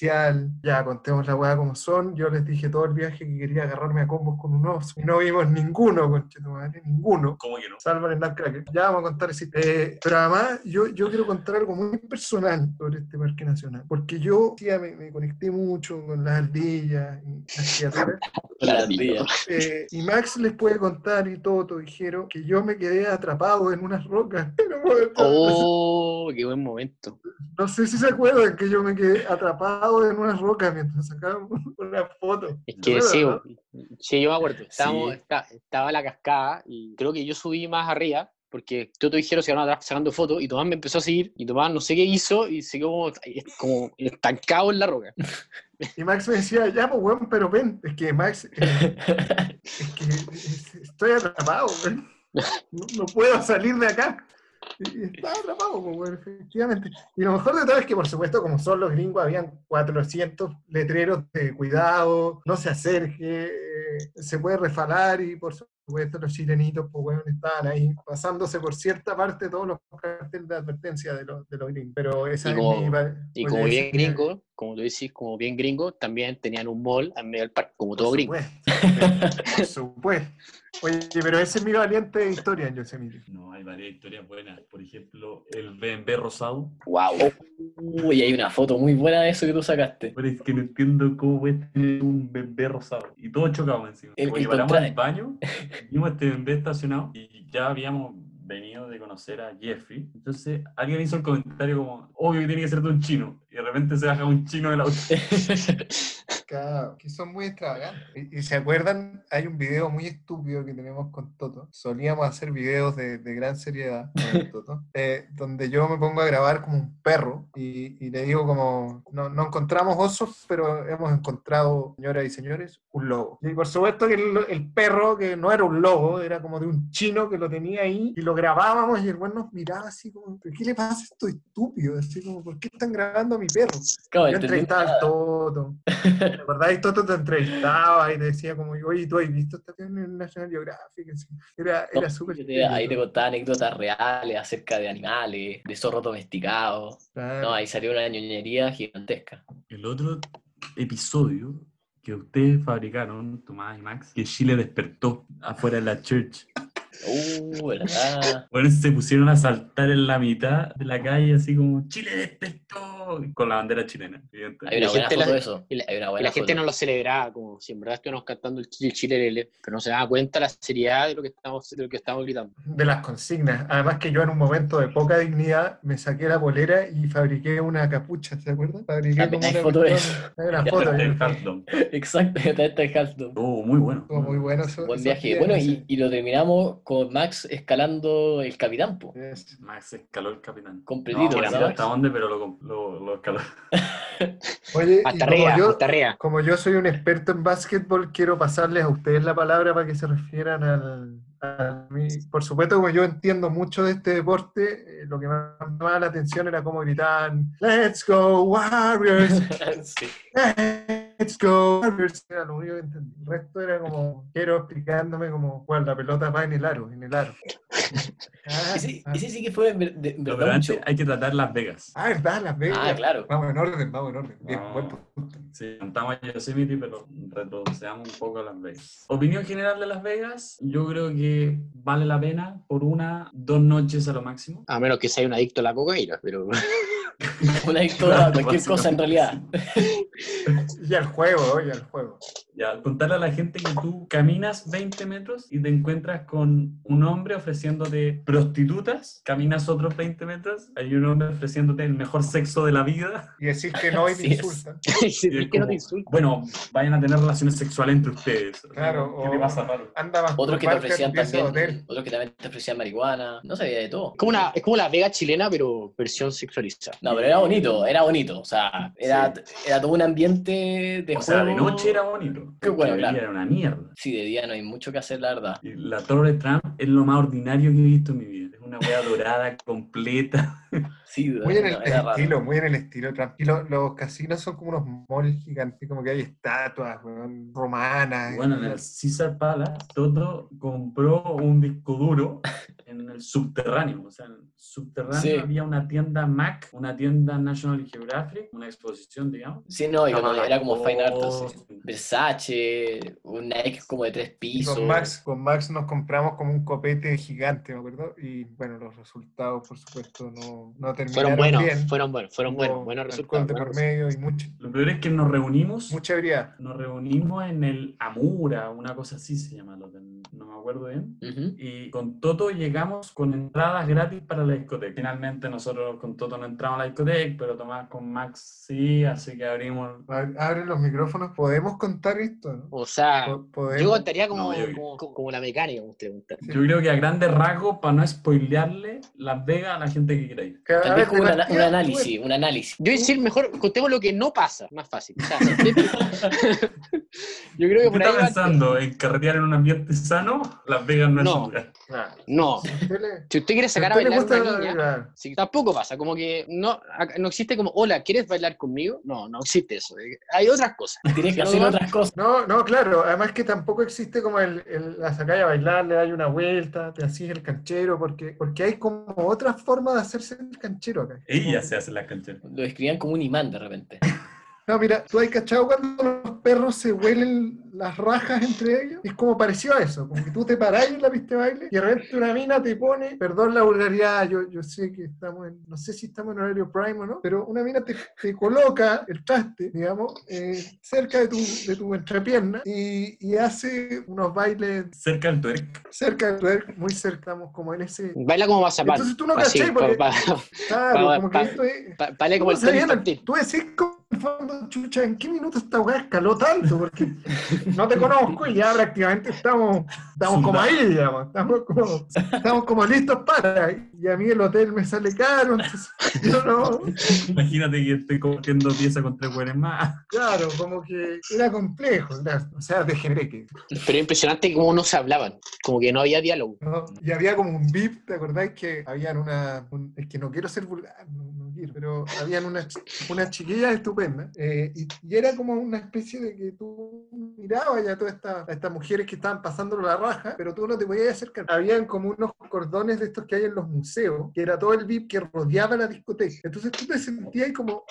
Speaker 1: especial. Ya, contemos la weá como son. Yo les dije todo el viaje que quería agarrarme a combos con un oso. Y no vimos ninguno, conchetumadre, ninguno.
Speaker 2: ¿Cómo que no?
Speaker 1: Salvo el Snapcracker. Ya vamos a contar ese. Pero además, yo quiero contar algo muy personal sobre este parque nacional. Porque yo sí, me conecté mucho con las ardillas y las criaturas.
Speaker 3: La ardilla.
Speaker 1: Y Max les puede contar y Toto dijeron que yo me quedé atrapado en unas rocas.
Speaker 4: Oh, qué buen momento.
Speaker 1: No sé si se acuerdan que yo me quedé atrapado en unas rocas mientras sacábamos una foto.
Speaker 4: Es que
Speaker 1: ¿Se
Speaker 4: sí,
Speaker 1: acuerdan,
Speaker 4: sí, yo me acuerdo.
Speaker 2: Sí.
Speaker 4: Estaba la cascada y creo que yo subí más arriba porque Toto y Jero se iban atrás sacando fotos y Tomás me empezó a seguir y Tomás no sé qué hizo y se quedó como estancado en la roca.
Speaker 1: no? Y Max me decía, ya, pues, weón, pero ven, es que Max, estoy atrapado, weón. No puedo salir de acá. Y estaba atrapado, pues, weón, efectivamente. Y lo mejor de todo es que, por supuesto, como son los gringos, habían 400 letreros de cuidado, no se acerque, se puede refalar, y por supuesto los chilenitos, pues, weón, estaban ahí pasándose por cierta parte todos los carteles de advertencia de los gringos. Pero esa
Speaker 4: Y
Speaker 1: es
Speaker 4: como-
Speaker 1: mi...
Speaker 4: Y
Speaker 1: pues,
Speaker 4: como
Speaker 1: esa
Speaker 4: bien
Speaker 1: es mi-
Speaker 4: gringo, como tú decís, como bien gringo, también tenían un mall en medio del parque, como todo
Speaker 1: Por
Speaker 4: gringo.
Speaker 1: supuesto, por supuesto. Oye, pero esa es mi valiente historia en Yosemite.
Speaker 2: No, hay varias historias buenas. Por ejemplo, el BMW rosado.
Speaker 4: ¡Wow!
Speaker 3: Uy, hay una foto muy buena de eso que tú sacaste.
Speaker 2: Pero es que no entiendo cómo puedes tener un BMW rosado. Y todo chocado encima. Porque paramos al baño, vimos este BMW estacionado y ya habíamos venido de conocer a Jeffrey. Entonces alguien hizo el comentario como, obvio que tiene que ser de un chino. Y de repente se baja un chino del auto.
Speaker 1: Claro, que son muy extravagantes. Y se acuerdan, hay un video muy estúpido que tenemos con Toto. Solíamos hacer videos de gran seriedad con Toto, donde yo me pongo a grabar como un perro y le digo como, no encontramos osos, pero hemos encontrado, señoras y señores, un lobo. Y por supuesto que el perro, que no era un lobo, era como de un chino que lo tenía ahí, y lo grabábamos y el güey nos miraba así como, ¿pero qué le pasa a esto estúpido? Así como, ¿por qué están grabando a mi perro?
Speaker 3: Claro,
Speaker 1: Yo
Speaker 3: entendí
Speaker 1: entrevistaba al
Speaker 3: nada.
Speaker 1: Toto. ¿Te acordás? Toto te entrevistaba y te decía como, oye, ¿tú has visto esta en National Geographic? Así. Era
Speaker 3: No,
Speaker 1: súper
Speaker 3: ahí te
Speaker 1: serio.
Speaker 3: contaba anécdotas reales acerca de animales, de zorros domesticados.
Speaker 1: Claro.
Speaker 3: No, ahí salió una ñoñería gigantesca.
Speaker 2: El otro episodio que ustedes fabricaron, Tomás y Max, que Chile despertó afuera de la church.
Speaker 3: ¿Verdad?
Speaker 2: Bueno, se pusieron a saltar en la mitad de la calle así como Chile despertó con la bandera chilena.
Speaker 3: Hay una buena foto de eso. Hay una
Speaker 4: Y
Speaker 3: buena
Speaker 4: la gente
Speaker 3: foto.
Speaker 4: no lo celebraba, como si en verdad estuviéramos cantando el Chile Lele, pero no se daba cuenta la seriedad de lo que estamos gritando.
Speaker 1: De las consignas. Además que yo en un momento de poca dignidad me saqué la polera y fabriqué una capucha, ¿te acuerdas? Fabriqué
Speaker 3: También
Speaker 1: como
Speaker 3: hay
Speaker 1: una
Speaker 3: foto de
Speaker 1: cuestión.
Speaker 3: eso.
Speaker 1: Hay una
Speaker 3: Ya,
Speaker 1: foto.
Speaker 2: El
Speaker 1: hay una foto.
Speaker 2: Halfdome.
Speaker 3: Exacto, está el Halston.
Speaker 2: Oh, muy bueno.
Speaker 1: Estuvo muy bueno eso.
Speaker 3: Buen
Speaker 1: esos
Speaker 3: viaje.
Speaker 1: días
Speaker 3: Bueno,
Speaker 1: ese.
Speaker 3: y lo terminamos con Max escalando el Capitán, po.
Speaker 1: Yes.
Speaker 2: Max escaló el capitán.
Speaker 3: Completito,
Speaker 2: No,
Speaker 3: ¿verdad,
Speaker 2: hasta
Speaker 3: Max?
Speaker 2: dónde, pero lo escaló.
Speaker 1: Oye, y
Speaker 4: Hasta arriba.
Speaker 1: como yo soy un experto en básquetbol, quiero pasarles a ustedes la palabra para que se refieran a mí. Por supuesto, como yo entiendo mucho de este deporte, lo que más me llamaba la atención era cómo gritaban "Let's go Warriors,
Speaker 3: Sí.
Speaker 1: let's go Warriors", era lo único que entendí. El resto era como, quiero explicándome como, bueno, la pelota va en el aro.
Speaker 3: Ese sí que fue de
Speaker 2: No,
Speaker 3: verdad
Speaker 2: pero
Speaker 3: un
Speaker 2: antes
Speaker 3: show.
Speaker 2: hay que tratar Las Vegas.
Speaker 1: ¿Verdad? Las Vegas.
Speaker 3: Ah, claro.
Speaker 1: Vamos en orden. Bien,
Speaker 2: No.
Speaker 1: buen punto.
Speaker 2: Sí, cantamos a Yosemite, pero retrocedamos un poco a Las Vegas. Opinión general de Las Vegas, yo creo que vale la pena por 2 noches a lo máximo.
Speaker 4: A menos que sea un adicto a la cocaína, pero
Speaker 3: Un adicto a cualquier cosa en realidad.
Speaker 1: Y al juego.
Speaker 2: Ya, contarle a la gente que tú caminas 20 metros y te encuentras con un hombre ofreciéndote prostitutas, caminas otros 20 metros, hay un hombre ofreciéndote el mejor sexo de la vida.
Speaker 1: Y decís que no y te
Speaker 3: Así es.
Speaker 1: insultan.
Speaker 2: Y es
Speaker 4: que no
Speaker 2: como,
Speaker 4: te insulta.
Speaker 2: bueno, vayan a tener relaciones sexuales entre ustedes.
Speaker 1: Claro,
Speaker 2: ¿Qué te pasa, raro?
Speaker 1: Anda más
Speaker 3: Otros que te ofrecían
Speaker 1: pieza de
Speaker 3: también,
Speaker 1: hotel.
Speaker 3: otros que también te ofrecían marihuana. No sabía de todo.
Speaker 4: Es como la Vega chilena, pero versión sexualizada.
Speaker 3: No, pero era bonito. O sea, era todo un ambiente de
Speaker 2: O sea, de
Speaker 3: juego.
Speaker 2: noche era bonito.
Speaker 3: Qué bueno,
Speaker 2: de
Speaker 3: claro.
Speaker 2: día era una mierda.
Speaker 3: Sí, de día no hay mucho que hacer, la verdad.
Speaker 2: Y la Torre Trump es lo más ordinario que he visto en mi vida. Es una wea dorada completa.
Speaker 3: Sí,
Speaker 1: Muy en el
Speaker 3: era raro.
Speaker 1: estilo, muy en el estilo Trump. Y los casinos son como unos malls gigantes, como que hay estatuas, weón, romanas.
Speaker 2: Bueno, en el Caesar Palace, Toto compró un disco duro en el subterráneo. O sea, en el subterráneo
Speaker 3: Sí.
Speaker 2: había una tienda Mac, una tienda National Geographic, una exposición, digamos.
Speaker 3: Sí, no, y
Speaker 2: Estaba
Speaker 3: era como fine art, así.
Speaker 2: Lacoste.
Speaker 3: Versace, un Nike como de 3
Speaker 1: Y
Speaker 3: pisos.
Speaker 1: con Max nos compramos como un copete gigante, me acuerdo. Y bueno, los resultados, por supuesto, no terminaron bien.
Speaker 4: Fueron buenos,
Speaker 1: Hubo
Speaker 4: buenos
Speaker 1: alcohol
Speaker 4: resultados.
Speaker 1: de por medio y
Speaker 2: Lo peor es que nos reunimos
Speaker 1: mucha ebriedad.
Speaker 2: en el Amura, una cosa así se llama el hotel, no me acuerdo bien.
Speaker 3: Ujú.
Speaker 2: Y con Toto llegamos con entradas gratis para la discoteca. Finalmente nosotros con Toto no entramos a la discoteca, pero Tomás con Max sí, así que abrimos.
Speaker 1: Abren los micrófonos. ¿Podemos contar esto? ¿No?
Speaker 4: O sea,
Speaker 1: ¿Podemos?
Speaker 4: yo contaría
Speaker 2: No, yo-
Speaker 4: como la mecánica, como usted pregunta.
Speaker 2: Yo creo que a grandes rasgos, para no spoilearle Las Vegas a la gente que quiera ir.
Speaker 3: Tal
Speaker 1: A
Speaker 3: vez
Speaker 1: ver,
Speaker 3: como
Speaker 1: de
Speaker 3: un
Speaker 1: partida,
Speaker 3: análisis, un análisis.
Speaker 4: Yo voy a decir mejor, contemos lo que no pasa, más fácil. O sea, yo creo que
Speaker 2: ¿Qué
Speaker 4: por
Speaker 2: está
Speaker 4: ahí
Speaker 2: pensando? ¿En carretear en un ambiente sano? Las Vegas no es
Speaker 4: No.
Speaker 2: un lugar.
Speaker 1: Claro.
Speaker 4: No.
Speaker 1: Si a usted le-
Speaker 4: Si usted quiere
Speaker 1: si a
Speaker 4: sacar a
Speaker 1: usted le
Speaker 4: bailar a una
Speaker 1: gusta,
Speaker 4: niña,
Speaker 1: claro.
Speaker 4: sí, tampoco pasa. Como que no existe como, hola, ¿quieres bailar conmigo? No existe eso. Hay otras cosas.
Speaker 3: Tienes que
Speaker 4: Lo
Speaker 3: hacer
Speaker 4: demás,
Speaker 3: otras cosas.
Speaker 1: No, claro, además que tampoco existe como la sacáis a bailar, le dais una vuelta, te hacís el canchero, porque hay como otra forma de hacerse el canchero acá.
Speaker 2: Ella se hace las cancheras.
Speaker 3: Lo describían como un imán de repente.
Speaker 1: No, mira, tú has cachado cuando los perros se huelen las rajas entre ellos. Es como parecido a eso, como que tú te parás en la pista de baile y de repente una mina te pone, perdón la vulgaridad, yo sé que no sé si estamos en horario prime o no, pero una mina te coloca el traste, digamos, cerca de tu entrepierna y hace unos bailes
Speaker 2: Cerca del twerk.
Speaker 1: cerca de tu muy cerca, estamos como en ese...
Speaker 4: baila como mazapán.
Speaker 1: Entonces tú no
Speaker 4: Así,
Speaker 1: cachai, porque, claro,
Speaker 4: pa-
Speaker 1: como que
Speaker 4: pa-
Speaker 1: esto es...
Speaker 4: baila
Speaker 1: Tú
Speaker 4: como
Speaker 1: no
Speaker 4: el tango
Speaker 1: sabías,
Speaker 4: infantil.
Speaker 1: tú decís como en el fondo, chucha, ¿en qué minuto esta weá escaló tanto? Porque no te conozco y ya prácticamente estamos como ahí, digamos, estamos como listos para, y a mí el hotel me sale caro, entonces yo no,
Speaker 2: Imagínate que estoy cogiendo pieza con 3 hueones más.
Speaker 1: claro, como que era complejo, o sea, degeneré que,
Speaker 4: Pero impresionante cómo no se hablaban. Como que no había diálogo.
Speaker 1: ¿no? Y había como un VIP, ¿te acordáis que habían es que no quiero ser vulgar, no quiero, pero habían unas chiquillas estupendas, y era como una especie de que tú mirabas ya todas estas mujeres que estaban pasando la raja, pero tú no te podías acercar. Habían como unos cordones de estos que hay en los museos, que era todo el VIP que rodeaba la discoteca. Entonces tú te sentías como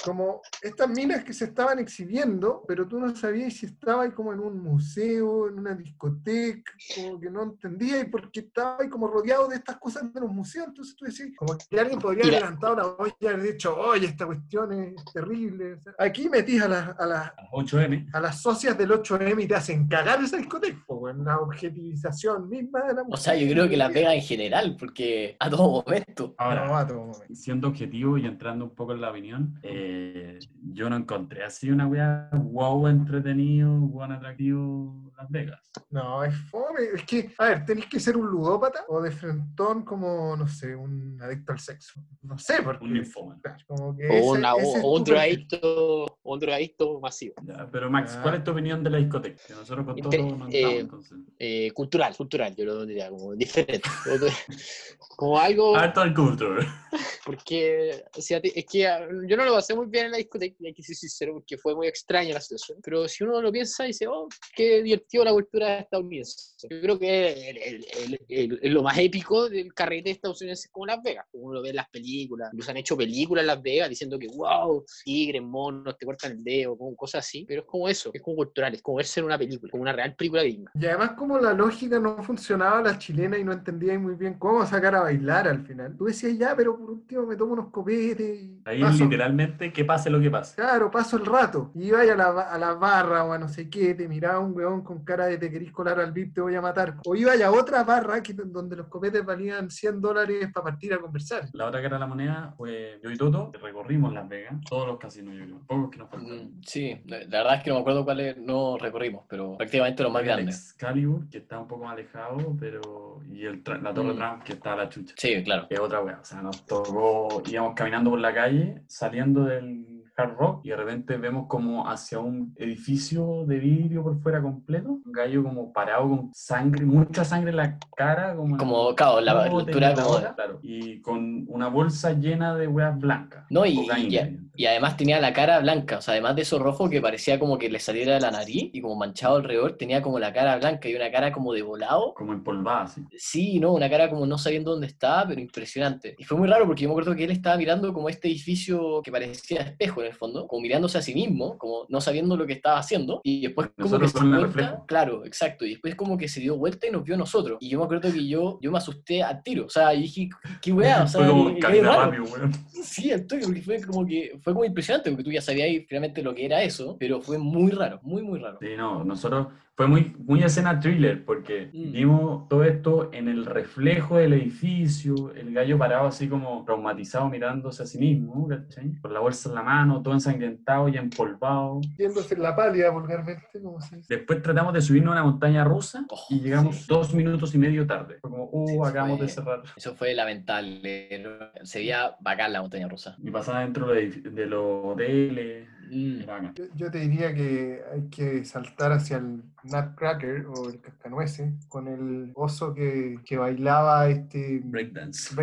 Speaker 1: estas minas que se estaban exhibiendo, pero tú no sabías si estaba ahí como en un museo, en una discoteca, como que no entendías, porque estaba ahí como rodeado de estas cosas de los museos. Entonces tú decís, como que alguien podría haber levantado la olla y haber dicho, oye, esta cuestión es terrible. O sea, aquí metís a las
Speaker 2: 8M.
Speaker 1: a las socias del 8M y te hacen cagar esa discoteca, pues, la objetivización misma de la mujer.
Speaker 3: O sea, yo creo que Las Vegas en general, porque a todo momento.
Speaker 2: Ahora,
Speaker 1: No, a todo momento.
Speaker 2: siendo objetivo y entrando un poco en la opinión, yo no encontré así una weá wow entretenido, wow atractivo Las Vegas.
Speaker 1: No, es fome. Es que, a ver, tenés que ser un ludópata o de frentón como, no sé, un adicto al sexo. No sé, porque...
Speaker 2: Un linfoma.
Speaker 1: Claro, como que
Speaker 4: O,
Speaker 1: ese es
Speaker 4: o un
Speaker 1: tu perfil.
Speaker 4: drogadicto masivo.
Speaker 2: Ya, pero Max, ¿cuál es tu opinión de la discoteca? Que nosotros con todo no entramos, entonces.
Speaker 4: Cultural, yo lo diría, como diferente. Como algo,
Speaker 2: Art culture.
Speaker 4: porque o sea, es que yo no lo pasé muy bien en la discoteca, hay que ser sincero, porque fue muy extraña la situación. Pero si uno lo piensa, dice, oh, qué divertido la cultura estadounidense. Yo creo que lo más épico del carrete estadounidense es como Las Vegas. Uno lo ve en las películas, incluso han hecho películas en Las Vegas diciendo que, wow, tigres, monos, te cortan el dedo, como cosas así. Pero es como eso, es como cultural, es como verse en una película, como una real película gringa.
Speaker 1: Y además como la lógica no funcionaba la chilena y no entendía muy bien cómo sacar a bailar al final. Tú decías, ya, pero por último me tomo unos copetes y
Speaker 2: Ahí es
Speaker 1: paso.
Speaker 2: literalmente que pase lo que pase.
Speaker 1: Claro, paso el rato. Y iba a la barra o a no sé qué, te miraba un weón con cara de te querís colar al VIP, te voy a matar. O iba a otra barra donde los copetes valían $100 para partir a conversar.
Speaker 2: La otra cara de la moneda fue yo y Toto, que recorrimos Las Vegas, todos los casinos, yo creo, pocos que nos faltaron.
Speaker 3: Sí, la verdad es que no me acuerdo cuáles no recorrimos, pero prácticamente los más
Speaker 2: El
Speaker 3: grandes.
Speaker 2: Excalibur, que está un poco más alejado, y la Torre Trump, que está a la chucha.
Speaker 3: Sí, claro.
Speaker 2: Que es otra wea, o sea, nos tocó, íbamos caminando por la calle, saliendo del Hard Rock y de repente vemos como hacia un edificio de vidrio por fuera completo, un gallo como parado con sangre, mucha sangre en la cara,
Speaker 3: Como, claro, la altura como...
Speaker 2: claro, y con una bolsa llena de weas blancas.
Speaker 3: No,
Speaker 2: cocaína,
Speaker 3: y además tenía la cara blanca, o sea, además de eso rojo que parecía como que le saliera de la nariz y como manchado alrededor, tenía como la cara blanca y una cara como de volado.
Speaker 2: Como empolvada, sí.
Speaker 3: Sí, no, una cara como no sabiendo dónde estaba, pero impresionante. Y fue muy raro porque yo me acuerdo que él estaba mirando como este edificio que parecía espejo en el fondo, como mirándose a sí mismo, como no sabiendo lo que estaba haciendo, y después como que se dio vuelta, reflejo. Claro, exacto, y después como que se dio vuelta y nos vio a nosotros. Y yo me acuerdo que yo me asusté al tiro, o sea, y dije, qué weá, o sea,
Speaker 2: fue como camina rápido, weón.
Speaker 3: Sí, al toque, porque fue como impresionante, porque tú ya sabías finalmente lo que era eso, pero fue muy raro, muy raro.
Speaker 2: Sí, no, nosotros fue muy escena thriller, porque vimos todo esto en el reflejo del edificio, el gallo parado así como traumatizado mirándose a sí mismo, ¿cachai? Con la bolsa en la mano, todo ensangrentado y empolvado.
Speaker 1: Yéndose en la pálida vulgarmente, como se dice.
Speaker 2: Después tratamos de subirnos a una montaña rusa y llegamos 2 minutos y medio tarde. Fue como, acabamos de cerrar.
Speaker 3: Eso fue lamentable, se veía bacán la montaña rusa.
Speaker 2: Y pasaba dentro de los hoteles.
Speaker 1: Yo te diría que hay que saltar hacia el Nutcracker o el Cascanueces con el oso que bailaba
Speaker 2: breakdance.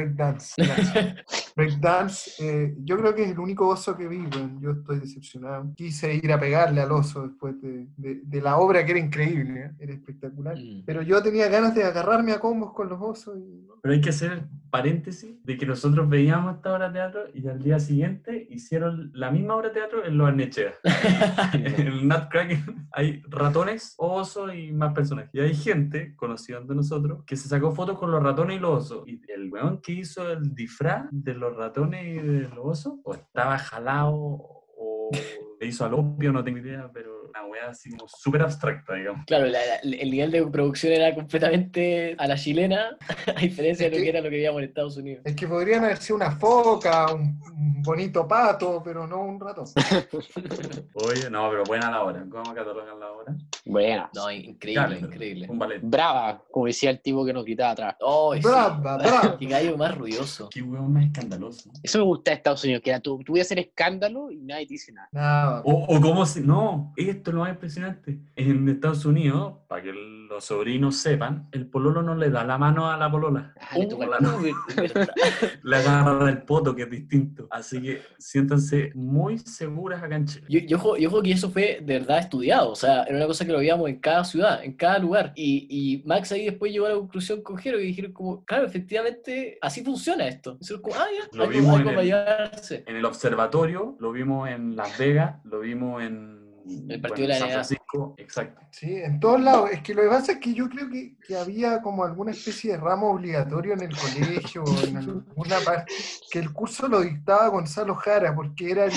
Speaker 1: Breakdance. Yo creo que es el único oso que vi, bueno, yo estoy decepcionado. Quise ir a pegarle al oso después de la obra, que era increíble, ¿eh? Era espectacular. Pero yo tenía ganas de agarrarme a combos con los osos.
Speaker 2: Pero hay que hacer paréntesis de que nosotros veíamos esta obra de teatro y al día siguiente hicieron la misma obra de teatro en Los Arnechea. En el Nutcracker hay ratones, osos y más personajes. Y hay gente conocida de nosotros que se sacó fotos con los ratones y los osos. Y el weón que hizo el disfraz de los ratones y de los osos, o estaba jalado o le hizo al opio, no tengo idea, pero una weá así como súper abstracta, digamos.
Speaker 3: Claro, el nivel de producción era completamente a la chilena, a diferencia de lo que era lo que veíamos en Estados Unidos.
Speaker 1: Es que podrían haber sido una foca, un bonito pato, pero no un ratón.
Speaker 2: Oye, no, pero buena la hora. ¿Cómo catalogan la hora?
Speaker 4: Buena.
Speaker 3: No, increíble.
Speaker 2: Un ballet.
Speaker 4: Brava, como decía el tipo que nos gritaba atrás.
Speaker 3: Oh,
Speaker 1: brava.
Speaker 3: Qué gallo más ruidoso.
Speaker 2: Qué hueón más escandaloso.
Speaker 4: Eso me gusta de Estados Unidos, que era tú voy a hacer escándalo y nadie te dice nada.
Speaker 1: Nada.
Speaker 2: O como si, no, esto es lo más impresionante. En Estados Unidos, para que los sobrinos sepan, el pololo no le da la mano a la polola. Le agarra el poto, que es distinto. Así que siéntanse muy seguras acá en Chile.
Speaker 3: Y ojo que eso fue de verdad estudiado, o sea, era una cosa que lo veíamos en cada ciudad, en cada lugar. Y Max ahí después llegó a la conclusión con Jero y dijeron como, claro, efectivamente, así funciona esto. Y como, ya,
Speaker 2: lo vimos en el observatorio, lo vimos en Las Vegas, lo vimos en
Speaker 3: el partido de la
Speaker 2: San
Speaker 3: NBA.
Speaker 2: Francisco, exacto.
Speaker 1: Sí, en todos lados. Es que lo que pasa es que yo creo que había como alguna especie de ramo obligatorio en el colegio o en alguna parte, que el curso lo dictaba Gonzalo Jara, porque era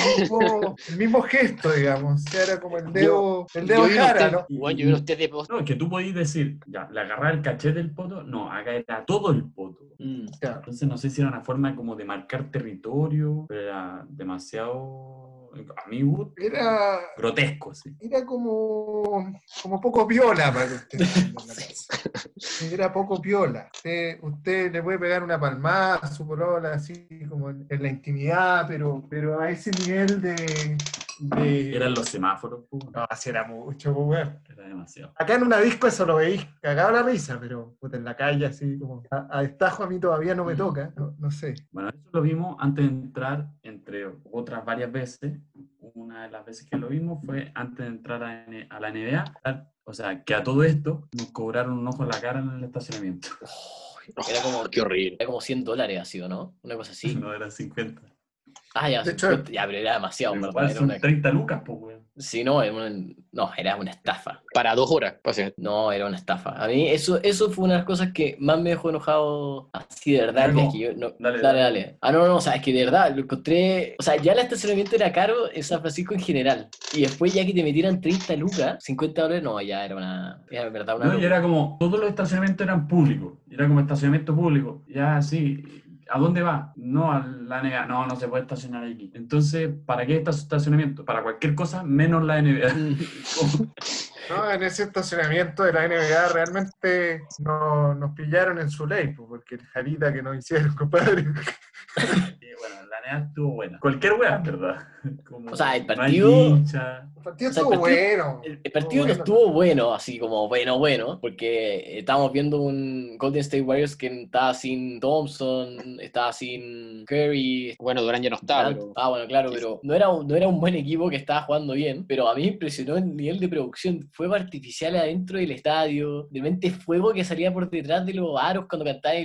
Speaker 1: el mismo gesto, digamos. O sea, era como el dedo Jara, ¿no?
Speaker 4: Bueno, yo vi usted de post.
Speaker 2: No, es que tú podías decir, ya, le agarrar el cachete del poto, no, acá era todo el poto.
Speaker 1: Claro.
Speaker 2: Entonces no sé si era una forma como de marcar territorio, pero era demasiado, a mi gusto, grotesco, sí.
Speaker 1: Era como poco piola para que usted entienda la cosa. Era poco piola. Usted le puede pegar una palmada a su polola, así como en la intimidad, pero a ese nivel de...
Speaker 2: Eran los semáforos, pues.
Speaker 1: No, así era mucho, pues,
Speaker 2: Era demasiado.
Speaker 1: Acá en una disco eso lo veis cagado la risa, pero puta, en la calle así como a destajo a mí todavía no me toca, no sé.
Speaker 2: Bueno, eso lo vimos antes de entrar, entre otras varias veces. Una de las veces que lo vimos fue antes de entrar a la NBA. O sea, que a todo esto nos cobraron un ojo en la cara en el estacionamiento.
Speaker 3: Era como,
Speaker 4: qué horrible.
Speaker 3: Era como $100 ha sido, ¿no? Una cosa así.
Speaker 2: No, eran 50.
Speaker 3: Ya,
Speaker 1: de hecho,
Speaker 3: ya, pero era demasiado,
Speaker 2: Pero
Speaker 3: ¿verdad?
Speaker 2: son 30 lucas, pues, weón.
Speaker 3: Sí, no, era una estafa.
Speaker 4: Para 2 horas, pase.
Speaker 3: No, era una estafa. A mí eso fue una de las cosas que más me dejó enojado así de verdad.
Speaker 2: No,
Speaker 3: Es que yo, no,
Speaker 2: dale.
Speaker 3: Dale. No, o sea, es que de verdad lo encontré. O sea, ya el estacionamiento era caro en San Francisco en general. Y después ya que te metieran 30 lucas, $50, no, ya era de verdad una.
Speaker 2: No, y era como, todos los estacionamientos eran públicos. Era como estacionamiento público. Ya, sí. ¿A dónde va? No, a la NBA. No se puede estacionar aquí. Entonces, ¿para qué está su estacionamiento? Para cualquier cosa menos la NBA.
Speaker 1: No, en ese estacionamiento de la NBA realmente nos pillaron en su ley, porque el jarita que nos hicieron, compadre.
Speaker 2: Y bueno, la manera estuvo buena. Cualquier wea, ¿verdad? Como
Speaker 3: O sea, el
Speaker 2: no hay
Speaker 3: partido-
Speaker 2: hincha.
Speaker 1: El partido
Speaker 3: O sea,
Speaker 1: estuvo bueno.
Speaker 3: El partido no estuvo bueno, así como bueno, porque estábamos viendo un Golden State Warriors que estaba sin Thompson, estaba sin Curry.
Speaker 4: Bueno, Durán ya no está,
Speaker 3: Durant.
Speaker 4: pero...
Speaker 3: Bueno, claro,
Speaker 4: Sí.
Speaker 3: pero no era un buen equipo que estaba jugando bien, pero a mí me impresionó el nivel de producción. Fuegos artificiales adentro del estadio, de repente fuego que salía por detrás de los aros cuando cantaban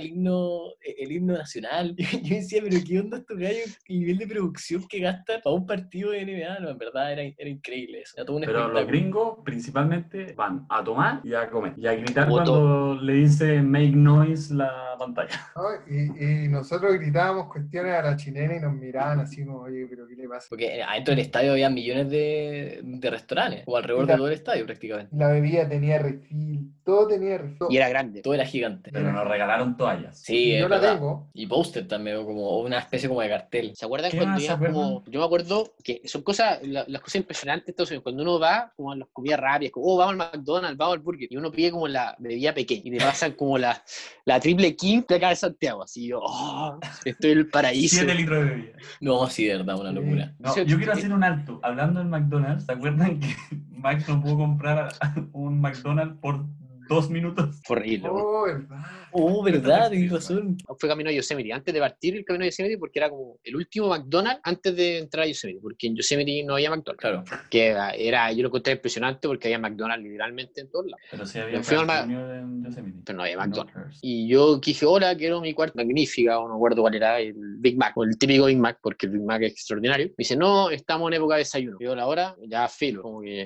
Speaker 3: el himno nacional. Yo decía, pero ¿qué onda estos gallos? El nivel de producción que gastan para un partido de NBA, no, en verdad era increíble eso. Era todo un
Speaker 2: Pero los
Speaker 3: espectáculo.
Speaker 2: gringos principalmente van a tomar y a comer. Y a gritar
Speaker 4: Como
Speaker 2: cuando le dice make noise la pantalla.
Speaker 1: ¿No? Y nosotros gritábamos cuestiones a la chilena y nos miraban así como, oye, pero ¿qué le pasa?
Speaker 3: Porque adentro del estadio había millones de restaurantes, o alrededor de todo el estadio prácticamente.
Speaker 1: La bebida tenía refill, todo tenía refill.
Speaker 4: Y era grande.
Speaker 3: Todo era gigante.
Speaker 2: Pero nos regalaron toallas.
Speaker 3: Sí,
Speaker 1: Yo
Speaker 3: es
Speaker 1: la
Speaker 3: verdad.
Speaker 1: tengo.
Speaker 3: Y póster también, como una especie como de cartel.
Speaker 4: ¿Se acuerdan
Speaker 2: ¿Qué
Speaker 4: cuando
Speaker 2: más se
Speaker 4: íbamos
Speaker 2: acuerdan?
Speaker 4: como... Yo me acuerdo que son cosas, las cosas impresionantes de Estados Unidos. Cuando uno va como a las comidas rápidas, como, vamos al McDonald's, vamos al Burger, y uno pide como la bebida pequeña, y te pasan como la Triple King de acá de Santiago, así yo, estoy en el paraíso.
Speaker 2: 7 litros de bebida.
Speaker 3: No, sí, de verdad, una locura.
Speaker 2: No, yo quiero hacer un alto. Hablando del McDonald's, ¿se acuerdan que Max no pudo comprar un McDonald's por 2 minutos?
Speaker 4: Fue horrible.
Speaker 1: Oh, verdad.
Speaker 3: Oh, verdad, tienes razón.
Speaker 4: Fue camino a Yosemite, antes de partir el camino a Yosemite, porque era como el último McDonald's antes de entrar a Yosemite, porque en Yosemite no había McDonald's.
Speaker 3: Claro.
Speaker 4: Que era, yo lo encontré impresionante porque había McDonald's literalmente en todos lados.
Speaker 2: Pero sí había
Speaker 4: Fui al
Speaker 2: premio en Yosemite.
Speaker 4: Pero no había
Speaker 2: No
Speaker 4: McDonald's.
Speaker 2: cares.
Speaker 4: Y yo dije, hola, quiero mi cuarto magnífica, o no recuerdo cuál era, el Big Mac, o el típico Big Mac, porque el Big Mac es extraordinario. Me dice, no, estamos en época de desayuno. Yo la hora, ya filo,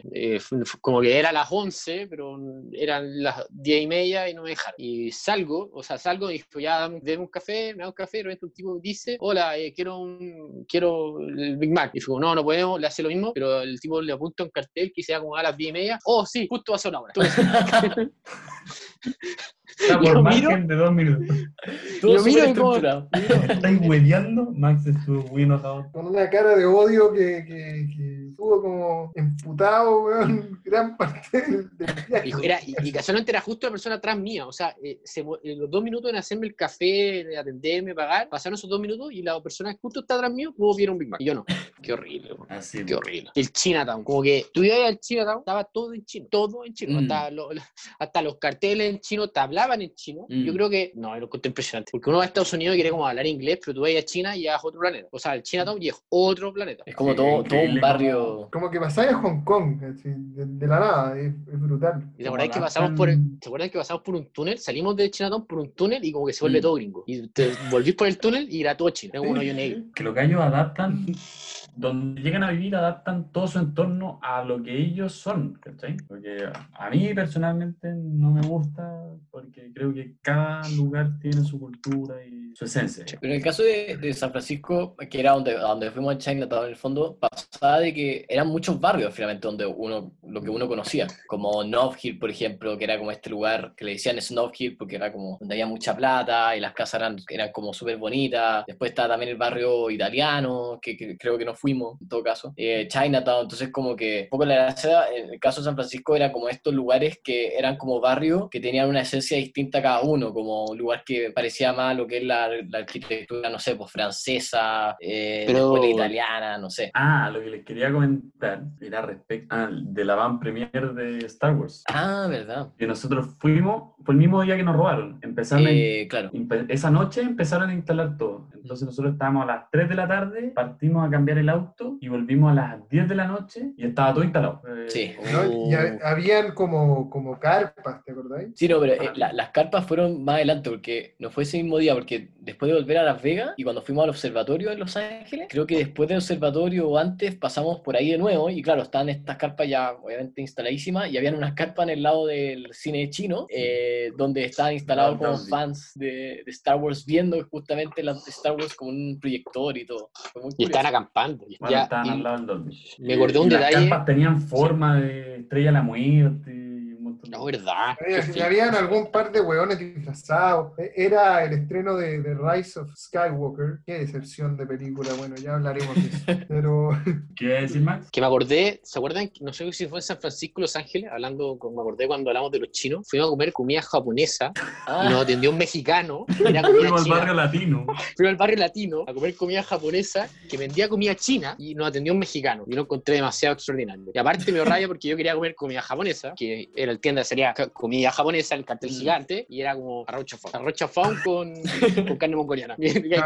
Speaker 4: como que era las 11, pero eran las 10:30 y no me dejaron. Y salgo y dijo, ya, dame un café, me da un café, de repente un tipo dice, hola, quiero el Big Mac. Y dijo, no podemos, le hace lo mismo, pero el tipo le apunta un cartel que sea como a las 10:30. Oh, sí, justo va a ser una hora. Entonces,
Speaker 2: Está
Speaker 4: Yo
Speaker 2: por
Speaker 4: miro-
Speaker 2: margen de 2 minutos.
Speaker 3: Todo
Speaker 4: Yo miro
Speaker 3: súper
Speaker 4: y como-
Speaker 3: estructurado.
Speaker 2: ¿Estáis hueveando? Max estuvo muy enojado.
Speaker 1: Con una cara de odio que estuvo como emputado, weón, gran parte del viaje.
Speaker 4: y casualmente era justo la persona atrás mía, o sea, los 2 minutos en hacerme el café, de atenderme, pagar, pasaron esos 2 minutos y la persona que justo está atrás mío pudo ver un Big Mac. Y yo no. Qué horrible, weón.
Speaker 2: Así.
Speaker 4: Qué horrible. El Chinatown, como que tú ibas al Chinatown, estaba todo en chino, hasta los carteles en chino, te hablaban en chino. Yo creo que, no, lo encontré impresionante, porque uno va a Estados Unidos y quiere como hablar inglés, pero tú vas a China y ya es otro planeta. O sea, el Chinatown y es otro planeta.
Speaker 3: Es como
Speaker 2: Sí,
Speaker 3: todo un
Speaker 2: increíble
Speaker 3: barrio.
Speaker 1: Como que pasáis a Hong Kong, así, de la nada, es brutal.
Speaker 4: ¿Y te acuerdas que
Speaker 2: Como
Speaker 4: pasamos
Speaker 2: adaptan-
Speaker 4: ¿te acuerdas que pasamos por un túnel? Salimos de Chinatown por un túnel y como que se vuelve
Speaker 3: Mm.
Speaker 4: todo gringo. Y te volvís por el túnel y era todo China. Era como un hoyo negro.
Speaker 2: Que los gallos adaptan, donde llegan a vivir, adaptan todo su entorno a lo que ellos son, ¿cachai? Porque a mí personalmente no me gusta, porque creo que cada lugar tiene su cultura y su esencia.
Speaker 3: Pero en el caso de San Francisco, que era donde fuimos a Chinatown, en el fondo, pasaba de que eran muchos barrios, finalmente, lo que uno conocía. Como Nob Hill, por ejemplo, que era como este lugar que le decían Snob Hill porque era como donde había mucha plata y las casas eran como súper bonitas. Después está también el barrio italiano, que creo que no fuimos, en todo caso. Chinatown, entonces como que un poco la gracia, en el caso de San Francisco, era como estos lugares que eran como barrios que tenían una esencia distinta cada uno, como un lugar que parecía más lo que es la arquitectura, no sé, pues francesa, después la italiana, no sé.
Speaker 2: Lo que les quería comentar era respecto de la van premier de Star Wars.
Speaker 3: Ah, verdad.
Speaker 2: Que nosotros fuimos, fue el mismo día que nos robaron. Empezaron
Speaker 3: Claro.
Speaker 2: esa noche empezaron a instalar todo. Entonces nosotros estábamos a las 3 de la tarde, partimos a cambiar el auto y volvimos a las 10 de la noche y estaba todo instalado.
Speaker 3: Sí.
Speaker 1: ¿No? Y habían como carpas, ¿te acordáis?
Speaker 3: Sí, no, pero las carpas fueron más adelante, porque no fue ese mismo día, porque después de volver a Las Vegas y cuando fuimos al observatorio en Los Ángeles, creo que después del observatorio o antes pasamos por ahí de nuevo y claro, estaban estas carpas ya obviamente instaladísimas y habían unas carpas en el lado del cine chino, donde estaban instalados como fans de Star Wars viendo justamente las Star Wars con un proyector y todo. Fue muy
Speaker 4: Y estaban
Speaker 3: curioso.
Speaker 4: acampando.
Speaker 2: Bueno, estaban al lado del Dolby.
Speaker 4: Me acordé un
Speaker 2: Las
Speaker 4: detalle.
Speaker 2: carpas tenían forma de Estrella de la Muerte y un montón montón.
Speaker 4: No, verdad.
Speaker 1: Habían algún par de hueones disfrazados. Era el estreno de Rise of Skywalker. Qué decepción de película. Bueno, ya hablaremos de eso. Pero
Speaker 2: ¿Qué iba a decir, Max?
Speaker 4: Que me acordé, ¿se acuerdan? No sé si fue en San Francisco, Los Ángeles, me acordé cuando hablamos de los chinos. Fuimos a comer comida japonesa y nos atendió un mexicano. Era comida
Speaker 2: Fuimos al
Speaker 4: china.
Speaker 2: barrio latino.
Speaker 4: Fuimos al barrio latino a comer comida japonesa que vendía comida china y nos atendió un mexicano. Yo lo encontré demasiado extraordinario. Y aparte me dio rabia porque yo quería comer comida japonesa, que era el tienda, sería comida japonesa, el cartel gigante, y era como arroz chafón. Arroz chafón con carne mongoliana.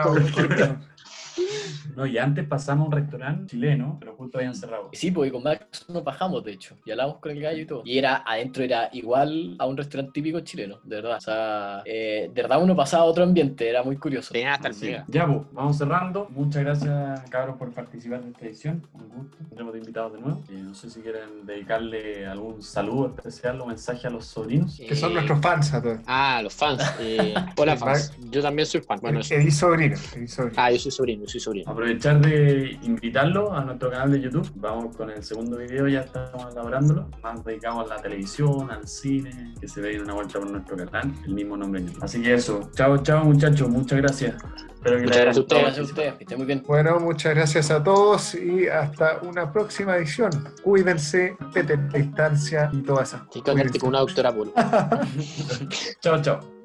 Speaker 2: No, y antes pasamos a un restaurante chileno, pero justo habían cerrado.
Speaker 3: Sí, porque con Max nos bajamos, de hecho, y hablamos con el gallo y todo. Y adentro era igual a un restaurante típico chileno, de verdad. O sea, de verdad uno pasaba a otro ambiente, era muy curioso.
Speaker 4: Tenía hasta el
Speaker 2: Sí.
Speaker 4: mega.
Speaker 2: Ya, pues, vamos cerrando. Muchas gracias, cabros, por participar de esta edición. Un gusto. Tendremos de invitados de nuevo. No sé si quieren dedicarle algún saludo especial o mensaje a los sobrinos.
Speaker 1: que son nuestros fans a todos.
Speaker 4: Los fans. Hola, fans. Yo también soy fan. Bueno, eso.
Speaker 1: Edith sobrino.
Speaker 4: Yo soy sobrino.
Speaker 2: Aprovechar de invitarlos a nuestro canal de YouTube. Vamos con el segundo video, ya estamos elaborándolo. Más dedicado a la televisión, al cine, que se ve una vuelta por nuestro canal, el mismo nombre en YouTube. Así que eso. Chao, muchachos. Muchas gracias. Espero que
Speaker 4: Muchas gracias a ustedes.
Speaker 3: Gracias a ustedes, que estén muy bien.
Speaker 1: Bueno, muchas gracias a todos y hasta una próxima edición. Cuídense, respeten la distancia y todas esas
Speaker 4: Tienes que andarte con una doctora Polo.
Speaker 2: Chao.